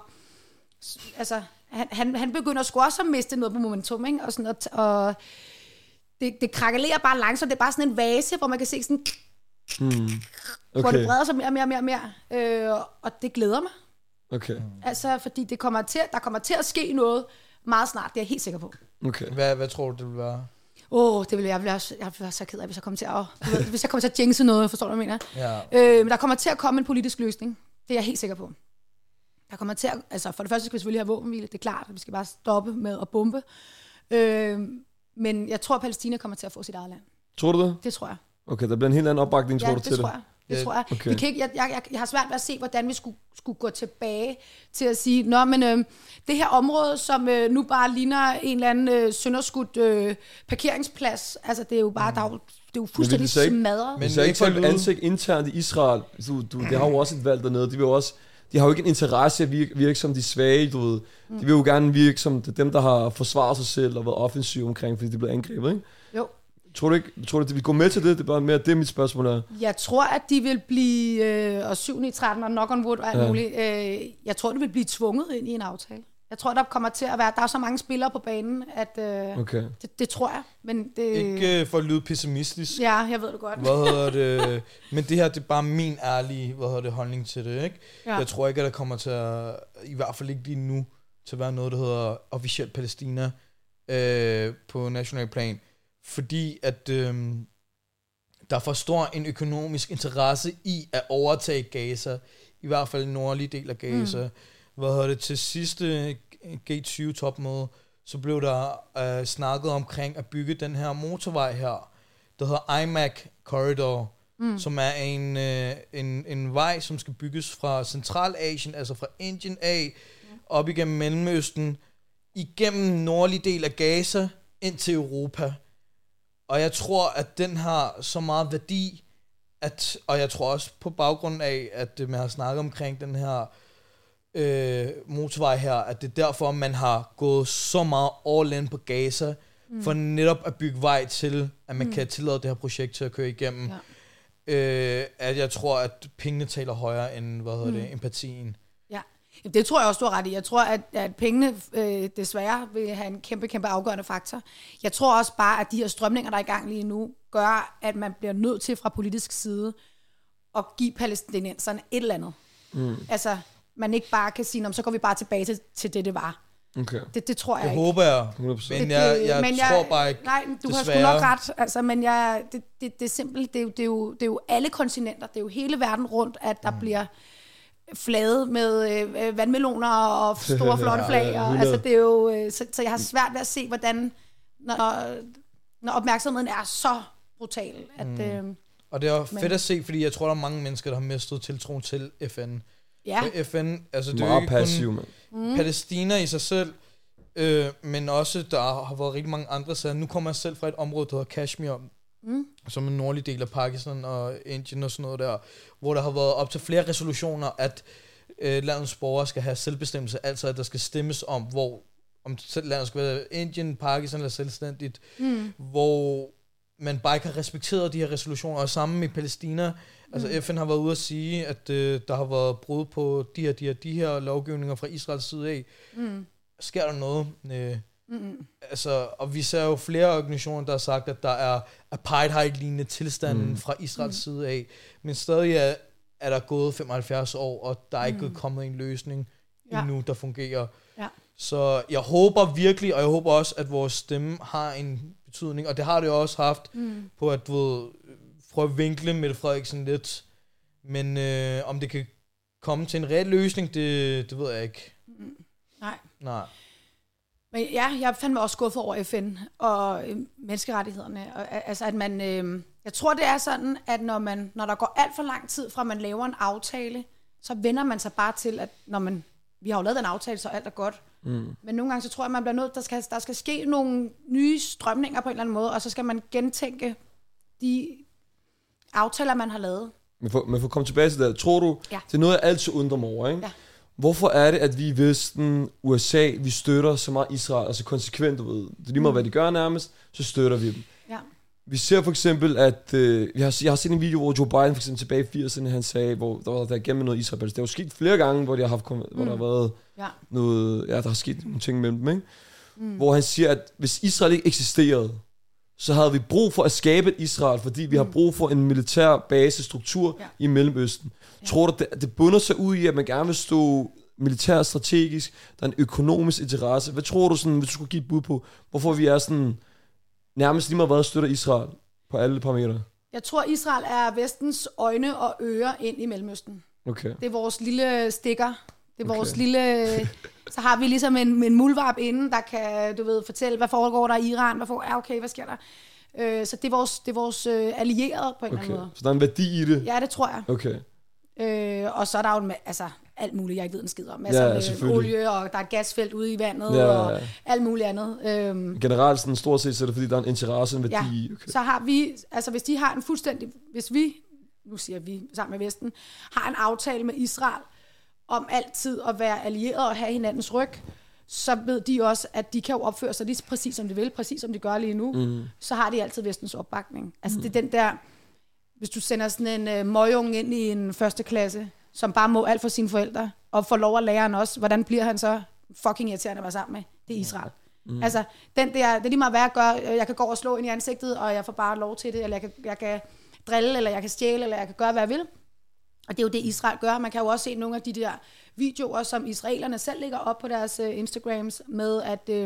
altså, han, han, han begynder sgu også at miste noget på momentum, ikke? Og, sådan, og, og det, det krakelerer bare langsomt. Det er bare sådan en vase, hvor man kan se sådan, mm. Okay. hvor det breder sig mere og mere og mere, mere. Øh, og det glæder mig. Okay. Altså, fordi det kommer til, der kommer til at ske noget meget snart, det er jeg helt sikker på. Okay. Hvad, hvad tror du, det vil være? Åh, oh, det vil jeg, jeg, vil, jeg vil være så ked af, hvis jeg kommer til at, hvis jeg kommer til at jinxe noget, forstår du, hvad jeg mener? Ja. Øh, men der kommer til at komme en politisk løsning. Det er jeg helt sikker på. Der kommer til at, altså for det første skal vi selvfølgelig have våbenhvile, det er klart, vi skal bare stoppe med at bombe. Øh, men jeg tror, at Palæstina kommer til at få sit eget land. Tror du det? Det tror jeg. Okay, der bliver en helt anden opbakning, tror ja, du, det til tror det? Jeg. Det yeah. tror jeg. Okay. Vi kan ikke, jeg, jeg, jeg har svært ved at se, hvordan vi skulle, skulle gå tilbage til at sige, nå, men øh, det her område, som øh, nu bare ligner en eller anden øh, sønderskudt øh, parkeringsplads, altså det er jo bare, mm. der er jo, det er jo fuldstændig smadret. Men det er ikke for et ansigt internt i Israel. Du, du, det har jo også et valg dernede. De, vil jo også, de har jo ikke en interesse i at virke, virke som de svage, du ved. Mm. De vil jo gerne virke som dem, der har forsvaret sig selv og været offensiv omkring, fordi de blev angrebet, ikke? Jo. Tror du ikke, tror du, at de vil gå med til det? Det er bare mere det, mit spørgsmål er. Jeg tror, at de vil blive, øh, og syv ni tretten og knock on wood og alt ja. muligt, øh, jeg tror, de vil blive tvunget ind i en aftale. Jeg tror, der kommer til at være, der er så mange spillere på banen, at øh, okay. det, det tror jeg. Men det, ikke for at lyde pessimistisk. Ja, jeg ved det godt. Hvad hedder det? Men det her, det er bare min ærlige, hvad hedder det, holdning til det, ikke? Ja. Jeg tror ikke, at der kommer til at, i hvert fald ikke lige nu, til at være noget, der hedder officielt Palæstina øh, på national plan. Fordi at øhm, der er for stor en økonomisk interesse i at overtage Gaza, i hvert fald den nordlige del af Gaza. Mm. Hvad hedder det, til sidste G tyve topmøde, så blev der øh, snakket omkring at bygge den her motorvej her, der hedder I M A C Corridor, mm. som er en, øh, en, en vej, som skal bygges fra Centralasien, altså fra Indien af, mm. op igennem Mellemøsten, igennem nordlige del af Gaza, ind til Europa. Og jeg tror, at den har så meget værdi, at, og jeg tror også på baggrund af, at man har snakket omkring den her øh, motorvej her, at det er derfor, man har gået så meget all in på Gaza, mm. for netop at bygge vej til, at man mm. kan tillade det her projekt til at køre igennem. Ja. Øh, at jeg tror, at pengene taler højere end, hvad hedder mm. det, empatien. Ja, det tror jeg også, du har ret i. Jeg tror, at, at pengene øh, desværre vil have en kæmpe, kæmpe afgørende faktor. Jeg tror også bare, at de her strømninger, der er i gang lige nu, gør, at man bliver nødt til fra politisk side at give palæstinenserne et eller andet. Mm. Altså, man ikke bare kan sige, så går vi bare tilbage til, til det, det var. Okay. Det, det tror jeg det ikke. Håber jeg. Men det, jeg, jeg men tror bare ikke. Nej, du desværre. har sgu nok ret. Altså, men jeg, det, det, det er simpelt. Det er, jo, det, er jo, det er jo alle kontinenter. Det er jo hele verden rundt, at der mm. bliver flaget med øh, vandmeloner og store flotte flag. Og, ja, altså, det er jo, øh, så, så jeg har svært ved at se, hvordan, når, når opmærksomheden er så brutal. At, mm. øh, og det er jo fedt at se, fordi jeg tror, der er mange mennesker, der har mistet tiltroen til F N. Ja. For F N, altså det er meget jo ikke passiv, kun mm. Palæstina i sig selv, øh, men også der har været rigtig mange andre sager. Nu kommer jeg selv fra et område, der hedder Kashmir, mm. som er en nordlig del af Pakistan og Indien og sådan noget der, hvor der har været op til flere resolutioner, at øh, landets borgere skal have selvbestemmelse, altså at der skal stemmes om, hvor om landet skal være Indien, Pakistan eller selvstændigt, mm. hvor man bare ikke har respekteret de her resolutioner, og sammen med Palæstina. Altså mm. F N har været ude at sige, at øh, der har været brud på de her, de her, de her lovgivninger fra Israels side af. Mm. Sker der noget? Øh, mm. altså, og vi ser jo flere organisationer, der har sagt, at der er apartheid-lignende tilstanden mm. fra Israels mm. side af. Men stadig er, er der gået femoghalvfjerds år, og der er ikke mm. kommet en løsning ja. endnu, der fungerer. Ja. Så jeg håber virkelig, og jeg håber også, at vores stemme har en betydning, og det har det jo også haft, mm. på at du ved, prøve at vinkle Mette Frederiksen lidt. Men øh, om det kan komme til en reel løsning, det, det ved jeg ikke. Mm. Nej. Nej. Men ja, jeg fandt mig også skuffet over F N og øh, menneskerettighederne. Og, altså, at man, øh, jeg tror, det er sådan, at når, man, når der går alt for lang tid fra, man laver en aftale, så vender man sig bare til, at når man, vi har jo lavet en aftale, så alt er godt. Mm. Men nogle gange, så tror jeg, man bliver nødt, der skal, der skal ske nogle nye strømninger på en eller anden måde, og så skal man gentænke de aftaler, man har lavet. Men for, men for at komme tilbage til det, tror du, ja. det er noget, jeg altid undrer mig over, ikke? Ja. Hvorfor er det, at vi i Vesten, U S A, vi støtter så meget Israel, altså konsekvent, du ved, det er lige meget, hvad de gør nærmest, så støtter vi dem. Ja. Vi ser for eksempel, at øh, vi har, jeg har set en video, hvor Joe Biden for eksempel tilbage i firserne, han sagde, hvor der var der gennem noget Israel. Det er jo sket flere gange, hvor, de har haft, hvor mm. der har været ja. noget, ja, der har sket nogle ting mellem dem, ikke? Mm. Hvor han siger, at hvis Israel ikke eksisterede, så havde vi brug for at skabe et Israel, fordi vi mm. har brug for en militær basestruktur ja. i Mellemøsten. Ja. Tror du, det, det bunder sig ud i, at man gerne vil stå militær strategisk, der er en økonomisk interesse? Hvad tror du, sådan, hvis du skulle give et bud på, hvorfor vi er sådan nærmest lige meget hvad støtter Israel på alle parametre? Jeg tror, Israel er vestens øjne og ører ind i Mellemøsten. Okay. Det er vores lille stikker. Det er okay. vores lille... Så har vi ligesom en, en muldvarp inden, der kan, du ved, fortælle, hvad foregår der i Iran, hvad foregår, ja, okay, hvad sker der? Øh, så det er vores, det er vores øh, allierede på en okay. eller anden måde. Så der er en værdi i det? Ja, det tror jeg. Okay. Øh, og så er der jo altså, alt muligt, jeg ikke ved en skid om. Masser ja, af olie, og der er gasfelt ude i vandet, ja, og alt muligt andet. Øhm, Generelt sådan stort set, så er det fordi, der er en interesse, en værdi. Ja, okay. så har vi, altså hvis de har en fuldstændig, hvis vi, nu siger vi sammen med Vesten, har en aftale med Israel, om altid at være allieret og have hinandens ryg, så ved de også, at de kan jo opføre sig lige præcis som de vil, præcis som de gør lige nu, mm. så har de altid Vestens opbakning. Altså mm. det er den der, hvis du sender sådan en uh, møgunge ind i en første klasse, som bare må alt for sine forældre, og får lov at lære han også, hvordan bliver han så fucking irriterende at være sammen med? Det er Israel. Mm. Altså, den der, det er lige meget hvad jeg gør, jeg kan gå og slå ind i ansigtet, og jeg får bare lov til det, eller jeg kan, jeg kan drille, eller jeg kan stjæle, eller jeg kan gøre, hvad jeg vil. Og det er jo det, Israel gør. Man kan jo også se nogle af de der videoer, som israelerne selv lægger op på deres uh, Instagrams, med at uh,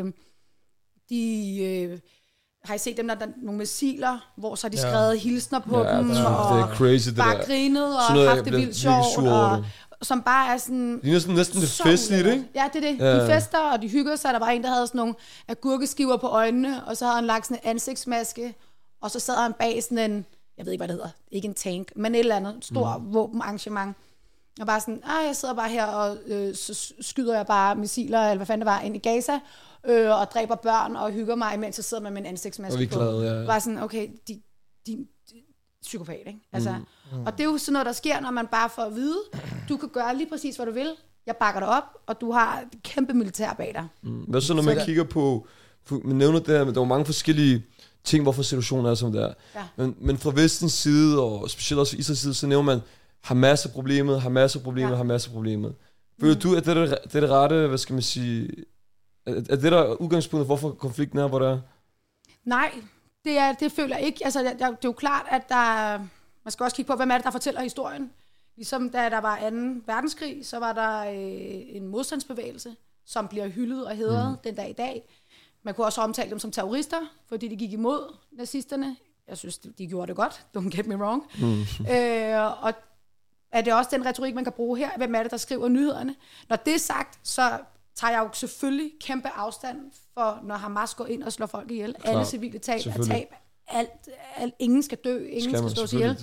de... Uh, har I set dem, der er nogle missiler, hvor så har de skrevet ja. hilsner på ja, dem, ja, og det er crazy, det bare der. grinet, og noget, haft det vildt sjovt, og som bare er sådan... Det er sådan næsten det festligt, ikke? Ja, det er det. Ja. De fester, og de hygger sig. Der var en, der havde sådan nogle agurkeskiver på øjnene, og så havde han lagt sådan en ansigtsmaske, og så sad han bag sådan en, jeg ved ikke, hvad det hedder, ikke en tank, men et eller andet stort mm. våbenarrangement. Og bare sådan, ah, jeg sidder bare her, og øh, så skyder jeg bare missiler, eller hvad fanden det var, ind i Gaza, øh, og dræber børn, og hygger mig, imens jeg sidder med min ansigtsmaske på. Glade, ja. Bare sådan, okay, de, de, de psykopat, ikke? Altså, mm. Mm. Og det er jo sådan noget, der sker, når man bare får at vide, du kan gøre lige præcis, hvad du vil, jeg bakker dig op, og du har et kæmpe militær bag dig. Mm. Hvad så, når man så kigger på, man nævner det her, men der er mange forskellige ting, hvorfor situationen er som det er. Ja. Men, men fra vestens side, og specielt også fra Israels side, så nævner man, har masser af problemet, har masser af problemet, ja. har masser af problemet. Føler mm. du, at det er det, det er det rette, hvad skal man sige, er, er det der udgangspunktet, hvorfor konflikten er, hvor der er? Nej, det, er, det føler jeg ikke. Altså, det, det er jo klart, at der, man skal også kigge på, hvem er det, der fortæller historien. Ligesom da der var anden verdenskrig, så var der øh, en modstandsbevægelse, som bliver hyldet og hædret mm. den dag i dag. Man kunne også omtale dem som terrorister, fordi de gik imod nazisterne. Jeg synes, de gjorde det godt. Don't get me wrong. Mm. Øh, og er det også den retorik, man kan bruge her? Hvem er det, der skriver nyhederne? Når det er sagt, så tager jeg jo selvfølgelig kæmpe afstand for, når Hamas går ind og slår folk ihjel. Klar. Alle civile tab er tab. Alt, alt, ingen skal dø, ingen skal, skal slås ihjel.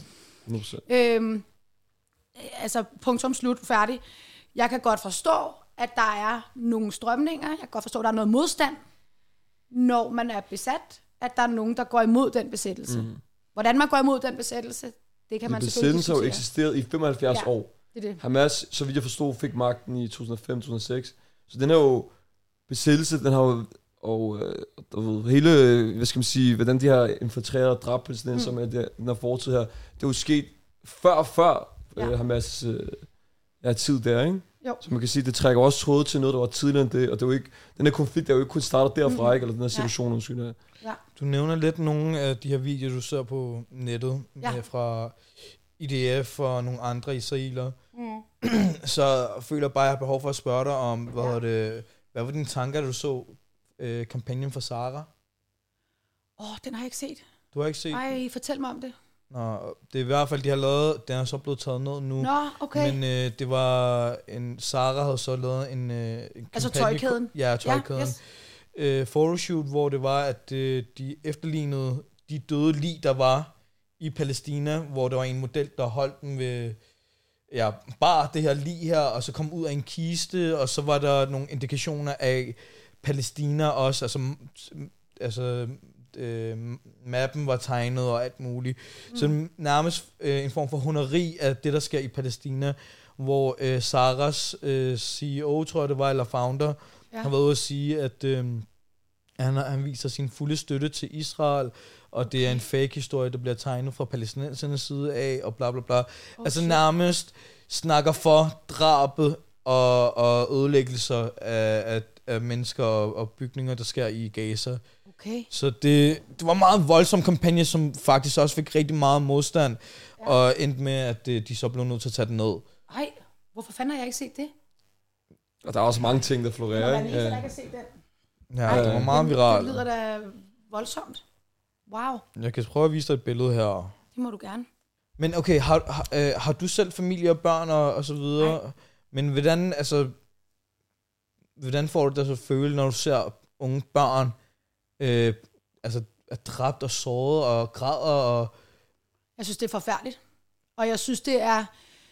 Øhm, altså, punktum slut, færdig. Jeg kan godt forstå, at der er nogle strømninger. Jeg kan godt forstå, at der er noget modstand, når man er besat, at der er nogen, der går imod den besættelse. Mm. Hvordan man går imod den besættelse, det kan man selvfølgelig diskutere. Besættelsen har jo eksisteret i femoghalvfjerds ja, år. Det er det. Hamas, så vidt jeg forstod, fik magten i to tusind og fem til to tusind og seks. Så den her jo besættelse, den har jo, og øh, hele, hvad skal man sige, hvordan de har infiltreret og dræbt palæstinensere, som er det, den her fortid her, det er jo sket før før ja. øh, Hamas øh, ja, tid der, ikke? Jo. Så man kan sige, det trækker også tråde til noget, der var tidligere end det, og det er jo ikke, den her konflikt er jo ikke kun startet derfra, mm. ikke? Eller den her situation, ja. Måske, ja. Du nævner lidt nogle af de her videoer, du ser på nettet, ja. med fra I D F og nogle andre israelere. Mm. Så føler jeg bare, at jeg har behov for at spørge dig om, hvad, ja. det, hvad var dine tanker, da du så øh, kampagnen for Sara? Åh, oh, den har jeg ikke set. Du har ikke set Ej, den? fortæl mig om det. Nå, det er i hvert fald, de har lavet, den er så blevet taget ned nu. Nå, okay. Men øh, det var, en Sara havde så lavet en, øh, en altså tøjkæden? Ja, tøjkæden. Ja, yes. øh, photoshoot, hvor det var, at øh, de efterlignede de døde lig, der var i Palæstina, hvor der var en model, der holdt den ved, ja, bare det her lig her, og så kom ud af en kiste, og så var der nogle indikationer af Palæstina også, altså, altså øh, mappen var tegnet og alt muligt. Mm. Så nærmest øh, en form for hunderi af det, der sker i Palæstina, hvor øh, Saras øh, C E O, tror jeg det var, eller founder, ja. har været ude at sige, at øh, han, han viser sin fulde støtte til Israel, og det er en fake historie, der bliver tegnet fra palæstinensernes side af, og bla bla bla. Oh, altså shit. Nærmest snakker for drabet og, og ødelæggelser af, af, af mennesker og, og bygninger, der sker i Gaza. Okay. Så det, det var en meget voldsom kampagne, som faktisk også fik rigtig meget modstand, ja. og endte med, at de, de så blev nødt til at tage den ned. Ej, hvorfor fanden har jeg ikke set det? Og der er også mange ting, der florerer. Det var der ikke at se den. Ja, Ej, det var meget viralt. Det lyder da voldsomt. Wow. Jeg kan prøve at vise dig et billede her. Det må du gerne. Men okay, har, har, øh, har du selv familie og børn og, og så videre? Nej. Men hvordan, altså, hvordan får du det så at føle, når du ser unge børn, øh, altså, er dræbt og såret og græder? Og jeg synes, det er forfærdeligt. Og jeg synes, det er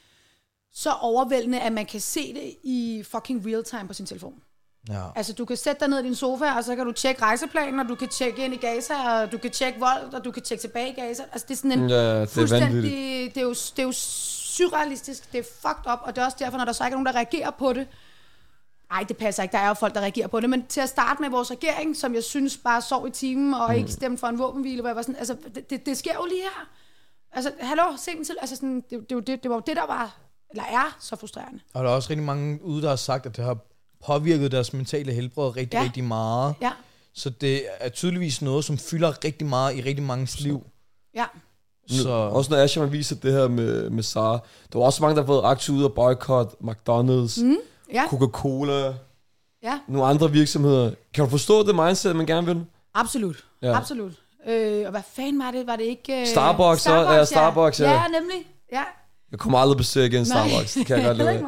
så overvældende, at man kan se det i fucking real time på sin telefon. Ja. Altså, du kan sætte dig ned i din sofa, og så kan du tjekke rejseplanen, og du kan tjekke ind i Gaza, og du kan tjekke vold, og du kan tjekke tilbage i Gaza. Altså, det er sådan en ja, det fuldstændig... Det er, jo, det er jo surrealistisk, det er fucked up, og det er også derfor, når der så ikke er nogen, der reagerer på det. Nej, det passer ikke, der er jo folk, der reagerer på det, men til at starte med vores regering, som jeg synes bare sov i timen, og mm. ikke stemte for en våbenhvile, hvor jeg var sådan, altså, det, det, det sker jo lige her. Altså, hallo, se den til, altså sådan, det, det, det, det var jo det, der var, eller er så frustrerende. Og der er også rigtig mange ude, der har sagt, at det har påvirket deres mentale helbred rigtig, ja. rigtig meget. Ja. Så det er tydeligvis noget, som fylder rigtig meget i rigtig manges liv. Ja. Så. Også når Asher viser det her med, med Sara. Der var også mange, der har fået aktier ud af boykot, McDonald's, mm, ja. Coca-Cola, ja. nogle andre virksomheder. Kan du forstå det mindset, man gerne vil? Absolut. Ja. Absolut. Øh, og hvad fanden var det? Var det ikke... Uh... Starbucks, Starbucks, ja. Starbucks, ja. Ja, nemlig. Ja. Jeg kommer aldrig besøge igen Starbucks. Det kan jeg godt lide.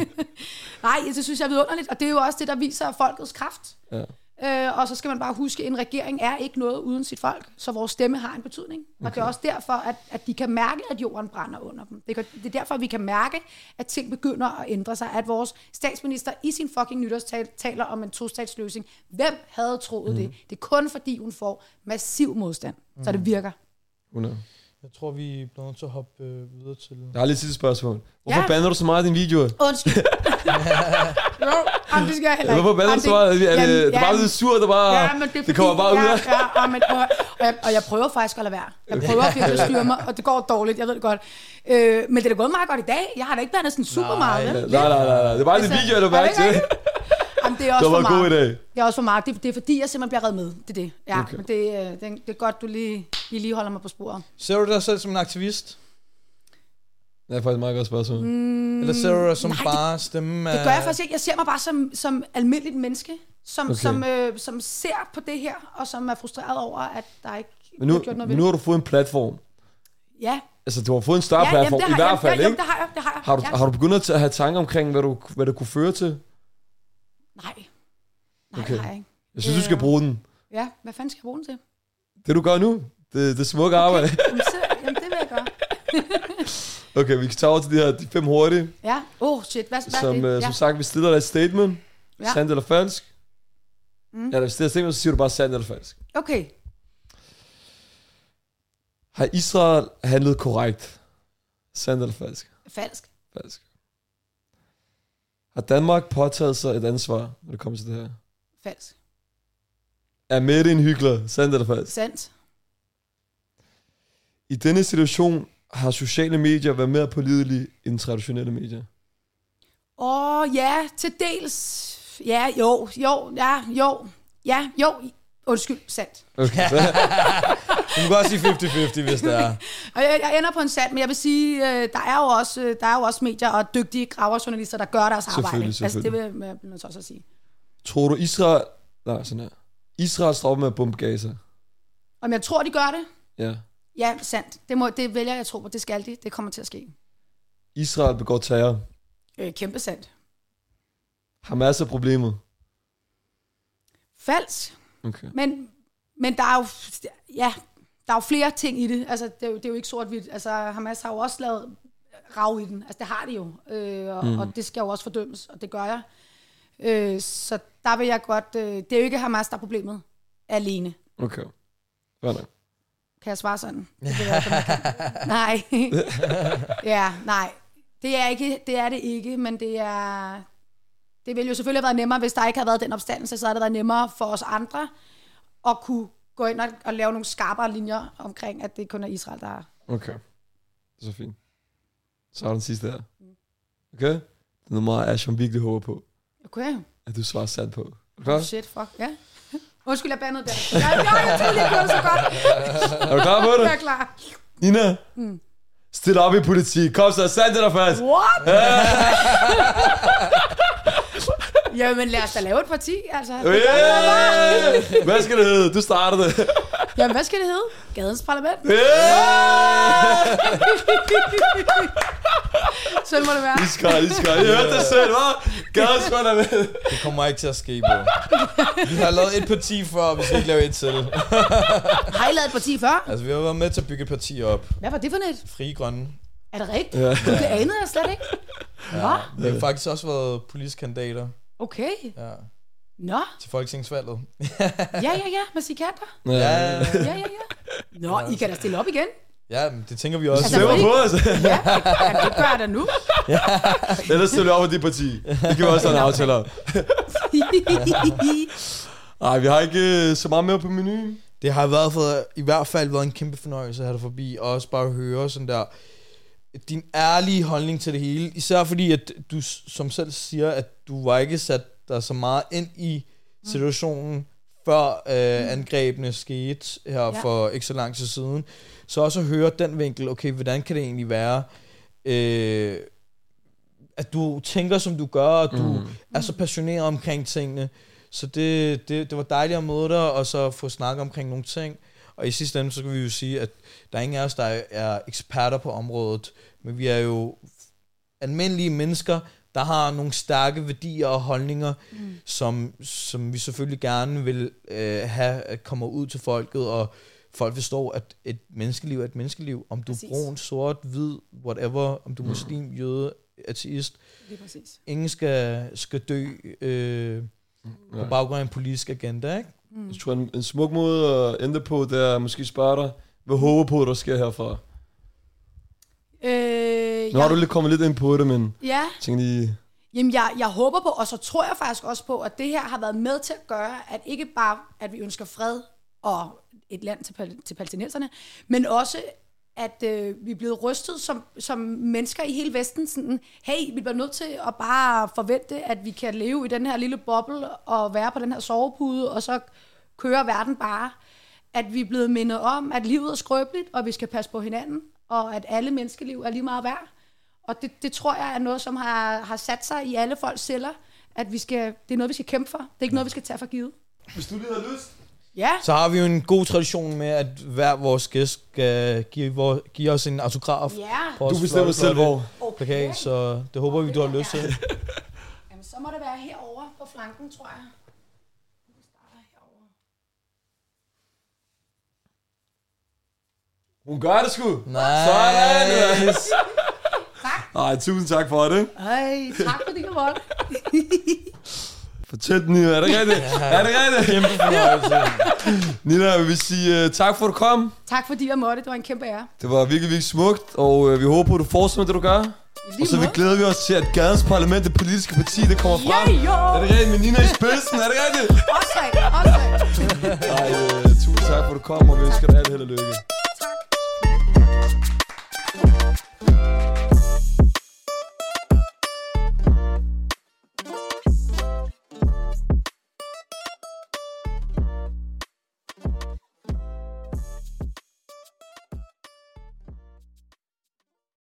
Nej, det synes jeg er vidunderligt, og det er jo også det, der viser folkets kraft. Ja. Øh, og så skal man bare huske, at en regering er ikke noget uden sit folk, så vores stemme har en betydning. Okay. Og det er også derfor, at, at de kan mærke, at jorden brænder under dem. Det, kan, det er derfor, at vi kan mærke, at ting begynder at ændre sig. At vores statsminister i sin fucking nytårstal taler om en tostatsløsning. Hvem havde troet mm. det? Det er kun fordi, hun får massiv modstand. Mm. Så det virker. hundrede Jeg tror, vi er blevet nødt til at hoppe øh, videre til... Jeg har lige et sidste spørgsmål. Hvorfor ja. bander du så meget i din video? Undskyld. Jo, jamen, det skal jeg heller ikke. Hvorfor bander du så meget? Er det, jamen, det er bare lidt sur, der bare... Ja, men det, er det kommer bare ja, ud af... Ja, ja, men, og, og, jeg, og jeg prøver faktisk at lade være. Jeg prøver at virkelig styre mig, og det går dårligt, jeg ved det godt. Øh, men det er da gået meget godt i dag. Jeg har da ikke bandet sådan super nej, meget. Nej, nej, nej, nej. Det er bare altså, en video, jeg har mærke til. Jamen, det er også det var for meget. God i dag. Det er også for meget. Det, det er fordi, jeg simpelthen bliver reddet med. Det er det. Ja, okay. Men det, det, det er godt, du lige, I lige holder mig på sporet. Ser du dig selv som en aktivist? Det er faktisk et meget godt spørgsmål. Mm, Eller ser du dig som nej, bare det, stemme? Det gør jeg faktisk ikke. Jeg ser mig bare som, som almindeligt menneske, som, okay. som, øh, som ser på det her, og som er frustreret over, at der ikke men nu, er gjort noget ved. Men nu har du fået en platform. Ja. Altså, du har fået en større ja, platform, jamen, i hvert fald, ja, ikke? Ja, det har jeg, det har jeg. Har du, ja. har du begyndt at have tanker omkring, hvad, du, hvad det kunne føre til? Nej. Nej, okay. det har jeg ikke. Jeg synes, du skal bruge den. Ja, hvad fanden skal jeg bruge den til? Det du gør nu. Det, det smukke okay. arbejde. Jamen, så, jamen, det vil jeg gøre. Okay, vi kan tage over til de her de fem hurtige. Ja. Oh, shit. Hvad, hvad som, er det? Uh, som ja. sagt, vi stiller dig et statement. Ja. Sandt eller falsk. Mm. Ja, hvis det er statement, så siger du bare sandt eller falsk. Okay. Har Israel handlet korrekt? Sandt eller falsk? Falsk. Falsk. Har Danmark påtaget sig et ansvar, når det kommer til det her? Falsk. Er Mette en hyggelig? Sandt eller falsk? Sandt. I denne situation har sociale medier været mere pålidelige end traditionelle medier? Åh, oh, ja, til dels. Ja, jo, jo, ja, jo, ja, jo. Undskyld, sandt. Okay. Du må godt sige halvtreds halvtreds, hvis det er. jeg, jeg ender på en sand, men jeg vil sige, der er jo også, der er jo også medier og dygtige graverjournalister, der gør deres arbejde. Selvfølgelig, selvfølgelig. Altså, det vil jeg blive nødt til også at sige. Tror du Israel... Nej, sådan her. Israel stopper med at bombe Gaza? Om jeg tror, de gør det? Ja. Ja, sandt. Det, må, det vælger jeg at tro på. Det skal de. Det kommer til at ske. Israel begår terror? Øh, kæmpe sandt. Hamas er problemet? Falsk. Okay. Men, men der er jo... Ja, der er jo flere ting i det. Altså, det er jo, det er jo ikke sort-hvidt. Altså, Hamas har jo også lavet rav i den. Altså, det har de jo. Øh, og, mm. og det skal jo også fordømmes, og det gør jeg. Øh, så der vil jeg godt... Øh, det er jo ikke Hamas, der er problemet alene. Okay. Fair nok. Kan jeg svare sådan? Det kan være, jeg kan. Nej. Ja, nej. Det er, ikke, det er det ikke, men det er... Det ville jo selvfølgelig have været nemmere, hvis der ikke havde været den opstandelse, så havde det været nemmere for os andre at kunne gå ind og, og lave nogle skarpere linjer omkring, at det kun er Israel, der er. Okay. Det er så fint. Så er den sidste her. Okay? Det er noget meget, Asham virkelig håber på. Okay. At du svarer sandt på. Er du klar? Oh shit, fuck. Ja. Undskyld, jeg bandede der. Jeg, jeg, jeg troede lige, det så godt. Er du klar på det? Jeg er klar. Nina, mm. stil op i politik. Kom så, sandt det der først. What? Jamen lad os da lave et parti, altså. Yeah! Hvad skal det hedde? Du startede det. Jamen hvad skal det hedde? Gadens Parlament. Yeah! Sådan må det være. I skal, I skal. I hørte det selv, hva'? Gadens Parlament. Det kommer ikke til at ske, bro. Vi har lavet et parti før, hvis vi ikke laver et selv. Har I lavet et parti før? Altså, vi har været med til at bygge et parti op. Hvad var det for net? Frie Grønne. Er det rigtigt? Ja. Det anede jeg slet ikke. Ja, vi har faktisk også været politiske kandidater. Okay. Ja. Nå. Til folketingsvalget. ja, ja, ja. Med cikanter. Ja, ja, ja. ja, ja. Nå, I kan da stille op igen. Ja, men det tænker vi også. Altså, det var på os. Ja, det, det gør jeg da nu. Ja. Ellers stiller vi op på dit parti. Det kan vi også have en aftale om. Ej, vi har ikke så meget mere på menuen. Det har været for, i hvert fald været en kæmpe fornøjelse at have dig forbi, og også bare høre sådan der, din ærlige holdning til det hele. Især fordi, at du som selv siger, at du var ikke sat dig så meget ind i situationen, mm. før øh, angrebene skete her ja. for ikke så lang tid siden. Så også at høre den vinkel, okay, hvordan kan det egentlig være, øh, at du tænker, som du gør, og du mm. er så passioneret omkring tingene. Så det, det, det var dejligt at møde dig, og så få snakket omkring nogle ting. Og i sidste ende, så kan vi jo sige, at der er ingen af os, der er eksperter på området, men vi er jo almindelige mennesker, der har nogle stærke værdier og holdninger, mm. som, som vi selvfølgelig gerne vil øh, have, at kommer ud til folket, og folk forstår, at et menneskeliv er et menneskeliv. Om du er brun, sort, hvid, whatever, om du er muslim, jøde, ateist. Lige præcis. Ingen skal, skal dø øh, på baggrund af en politisk agenda, ikke? Mm. Jeg tror, en, en smuk måde at ende på, det er måske spørge dig, hvad håber på, der sker herfra? Øh, nu har jeg... du lidt kommet lidt ind på det, men ja. tænk lige... Jamen, jeg, jeg håber på, og så tror jeg faktisk også på, at det her har været med til at gøre, at ikke bare, at vi ønsker fred og et land til, pal- til palæstinenserne, men også, at øh, vi er blevet rystet som, som mennesker i hele Vesten. Sådan, hey, vi bliver nødt til at bare forvente, at vi kan leve i den her lille boble og være på den her sovepude, og så kører verden bare. At vi er blevet mindet om, at livet er skrøbeligt, og vi skal passe på hinanden, og at alle menneskeliv er lige meget værd. Og det, det tror jeg er noget, som har, har sat sig i alle folks celler, at vi skal, det er noget, vi skal kæmpe for. Det er ikke noget, vi skal tage for givet. Hvis du lige har lyst. Ja. Så har vi jo en god tradition med, at hver vores gæst skal give, vor, give os en autograf. Ja. Du bestemmer selv, hvor. Okay. okay, så det håber vi, du har lyst til. Jamen, så må det være herovre på flanken, tror jeg. Vi starter herovre. Hun gør det sgu. Nej. Sådan. Tak. Ej, tusind tak for det. Ej, tak fordi du var. Fortæl den, Nina. Er det rigtigt? Ja. Er det rigtigt? Kæmpe fornøjelse. Nina, jeg vil sige uh, tak for, at du kom. Tak fordi jeg måtte. Det var en kæmpe ære. Det var virkelig, virkelig smukt, og uh, vi håber på, at du fortsætter med det, du gør. Og så vi glæder vi os til, at Gadens Parlament, det politiske parti, det kommer frem. Ja, jo. Er det rigtigt med Nina i spidsen? Er det rigtigt? Også rigtigt. Også rigtigt. Ej, uh, tusind tak for, at du kom, og vi ønsker dig alt held og lykke. Tak.